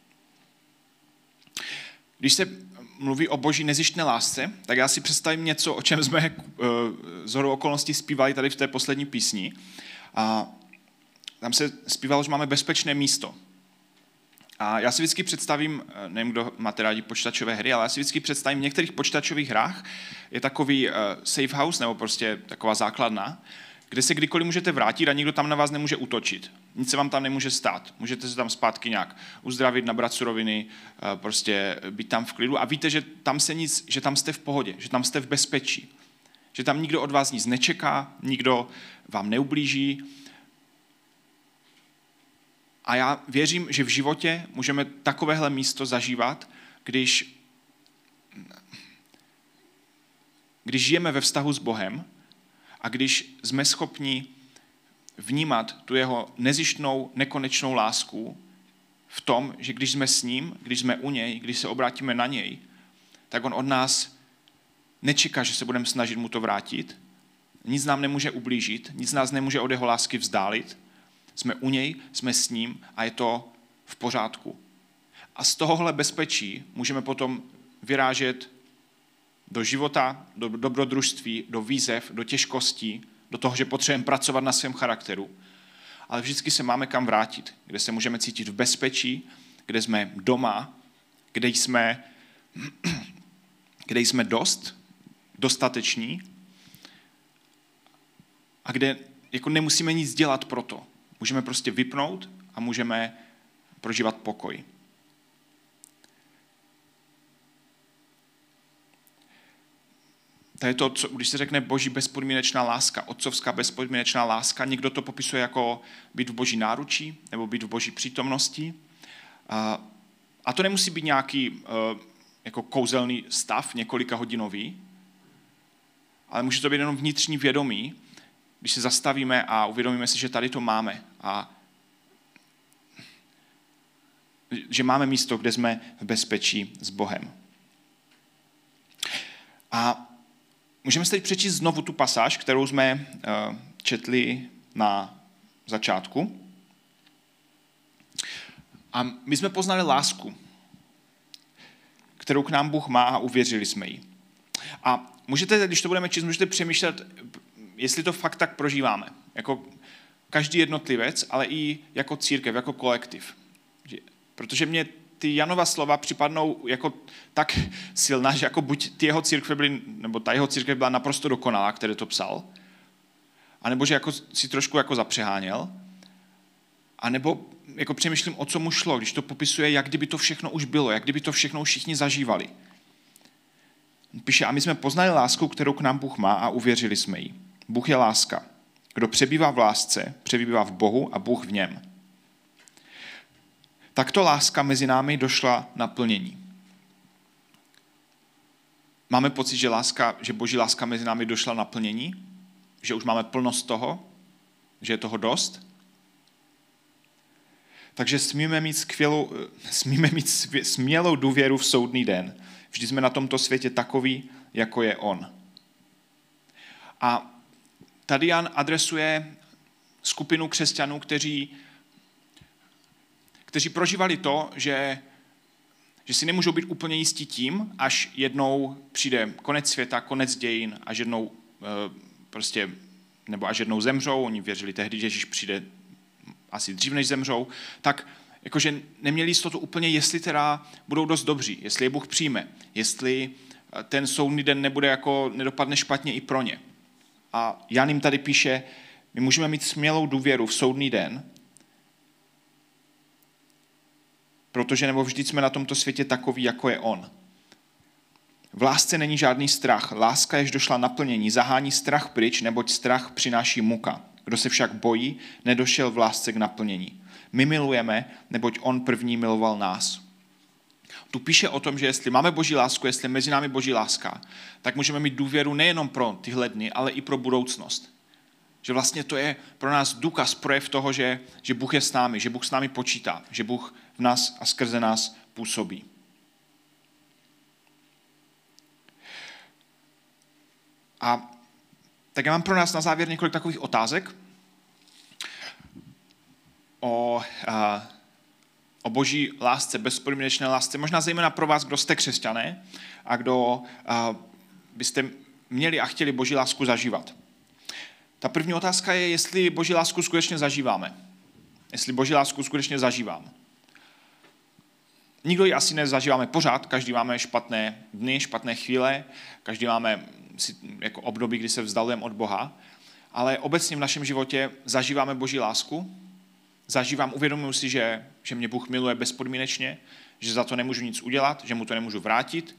S2: Když se mluví o boží nezištné lásce, tak já si představím něco, o čem jsme shodou okolností zpívali tady v té poslední písni. A tam se zpívalo, že máme bezpečné místo. A já si vždycky představím, nevím, kdo máte rádi počítačové hry, ale já si vždycky představím, v některých počítačových hrách je takový safe house, nebo prostě taková základna, kde se kdykoliv můžete vrátit a nikdo tam na vás nemůže útočit. Nic se vám tam nemůže stát. Můžete se tam zpátky nějak uzdravit, nabrat suroviny, prostě být tam v klidu a víte, že tam se nic, že tam jste v pohodě, že tam jste v bezpečí. Že tam nikdo od vás nic nečeká, nikdo vám neublíží. A já věřím, že v životě můžeme takovéhle místo zažívat, když, když žijeme ve vztahu s Bohem a když jsme schopni vnímat tu jeho nezištnou, nekonečnou lásku v tom, že když jsme s ním, když jsme u něj, když se obrátíme na něj, tak on od nás nečeká, že se budeme snažit mu to vrátit, nic nám nemůže ublížit, nic nás nemůže od jeho lásky vzdálit, jsme u něj, jsme s ním a je to v pořádku. A z tohohle bezpečí můžeme potom vyrážet do života, do dobrodružství, do výzev, do těžkostí, do toho, že potřebujeme pracovat na svém charakteru. Ale vždycky se máme kam vrátit, kde se můžeme cítit v bezpečí, kde jsme doma, kde jsme, kde jsme dost, dostateční a kde jako nemusíme nic dělat pro to. Můžeme prostě vypnout a můžeme prožívat pokoj. To je to, co, když se řekne boží bezpodmínečná láska, otcovská bezpodmínečná láska, někdo to popisuje jako být v boží náručí nebo být v boží přítomnosti. A, a to nemusí být nějaký jako kouzelný stav, několika hodinový, ale může to být jenom vnitřní vědomí, když se zastavíme a uvědomíme si, že tady to máme a že máme místo, kde jsme v bezpečí s Bohem. A můžeme si teď přečíst znovu tu pasáž, kterou jsme četli na začátku. A my jsme poznali lásku, kterou k nám Bůh má a uvěřili jsme jí. A můžete, když to budeme číst, můžete přemýšlet, jestli to fakt tak prožíváme. Jako každý jednotlivec, ale i jako církev, jako kolektiv. Protože mě ty Janova slova připadnou jako tak silná, že jako buď ty jeho církve byly, nebo ta jeho církev byla naprosto dokonalá, který to psal, anebo že jako si trošku jako zapřeháněl, anebo jako přemýšlím, o co mu šlo, když to popisuje, jak kdyby to všechno už bylo, jak kdyby to všechno už všichni zažívali. Píše, a my jsme poznali lásku, kterou k nám Bůh má a uvěřili jsme jí. Bůh je láska. Kdo přebývá v lásce, přebývá v Bohu a Bůh v něm. Takto láska mezi námi došla na plnění. Máme pocit, že, láska, že Boží láska mezi námi došla na plnění? Že už máme plnost toho? Že je toho dost? Takže smíme mít, skvělou, smíme mít smělou důvěru v soudný den. Vždy jsme na tomto světě takový, jako je on. A tady Jan adresuje skupinu křesťanů, kteří, kteří prožívali to, že, že si nemůžou být úplně jistí tím, až jednou přijde konec světa, konec dějin, až jednou prostě, nebo až jednou zemřou, oni věřili tehdy, že Ježíš přijde asi dřív, než zemřou, tak jakože neměli jistotu úplně, jestli teda budou dost dobří, jestli je Bůh přijme, jestli ten soudný den nebude jako, nedopadne špatně i pro ně. A Jan jim tady píše, my můžeme mít smělou důvěru v soudný den, protože nebo vždyť jsme na tomto světě takový, jako je on. V lásce není žádný strach. Láska, jež došla naplnění, zahání strach pryč, neboť strach přináší muka. Kdo se však bojí, nedošel v lásce k naplnění. My milujeme, neboť on první miloval nás. Tu píše o tom, že jestli máme Boží lásku, jestli je mezi námi Boží láska, tak můžeme mít důvěru nejenom pro tyhle dny, ale i pro budoucnost. Že vlastně to je pro nás důkaz, projev toho, že, že Bůh je s námi, že Bůh s námi počítá, že Bůh v nás a skrze nás působí. A tak já mám pro nás na závěr několik takových otázek o, a, o Boží lásce, bezpodmínečné lásce, možná zejména pro vás, kdo jste křesťané a kdo a, byste měli a chtěli Boží lásku zažívat. Ta první otázka je, jestli Boží lásku skutečně zažíváme. Jestli Boží lásku skutečně zažíváme. Nikdo ji asi nezažíváme pořád, každý máme špatné dny, špatné chvíle, každý máme jako období, kdy se vzdalujeme od Boha, ale obecně v našem životě zažíváme Boží lásku, zažívám, uvědomuji si, že, že mě Bůh miluje bezpodmínečně, že za to nemůžu nic udělat, že mu to nemůžu vrátit,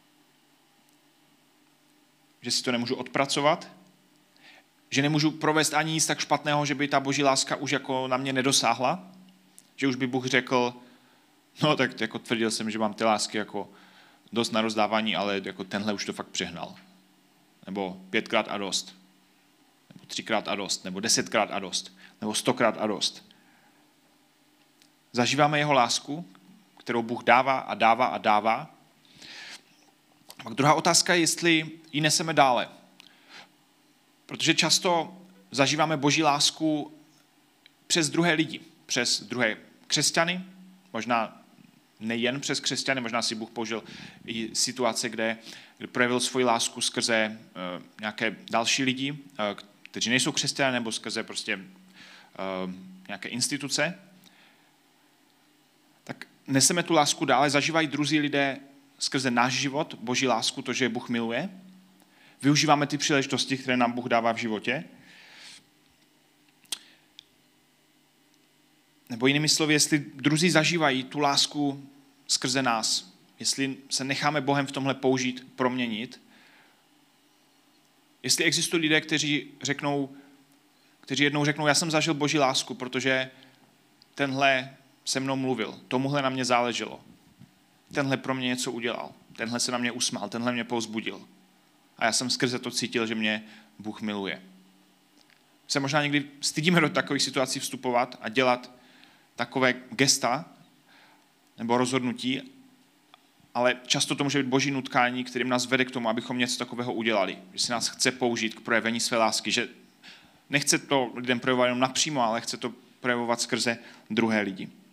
S2: že si to nemůžu odpracovat, že nemůžu provést ani nic tak špatného, že by ta Boží láska už jako na mě nedosáhla, že už by Bůh řekl, no tak jako tvrdil jsem, že mám ty lásky jako dost na rozdávání, ale jako tenhle už to fakt přehnal. Nebo pětkrát a dost. Nebo třikrát a dost. Nebo desetkrát a dost. Nebo stokrát a dost. Zažíváme jeho lásku, kterou Bůh dává a dává a dává. A pak druhá otázka je, jestli ji neseme dále. Protože často zažíváme Boží lásku přes druhé lidi. Přes druhé křesťany, možná nejen přes křesťany, možná si Bůh použil i situace, kde, kde projevil svoji lásku skrze uh, nějaké další lidi, uh, kteří nejsou křesťané, nebo skrze prostě uh, nějaké instituce. Tak neseme tu lásku dále, zažívají druzí lidé skrze náš život, Boží lásku, to, že Bůh miluje. Využíváme ty příležitosti, které nám Bůh dává v životě. Nebo jinými slovy, jestli druzí zažívají tu lásku skrze nás, jestli se necháme Bohem v tomhle použít, proměnit, jestli existují lidé, kteří řeknou, kteří jednou řeknou, já jsem zažil Boží lásku, protože tenhle se mnou mluvil, tomuhle na mě záleželo, tenhle pro mě něco udělal, tenhle se na mě usmál, tenhle mě povzbudil. A já jsem skrze to cítil, že mě Bůh miluje. Se možná někdy stydíme do takových situací vstupovat a dělat takové gesta nebo rozhodnutí, ale často to může být Boží nutkání, kterým nás vede k tomu, abychom něco takového udělali. Že si nás chce použít k projevení své lásky, že nechce to lidem projevovat jenom napřímo, ale chce to projevovat skrze druhé lidi.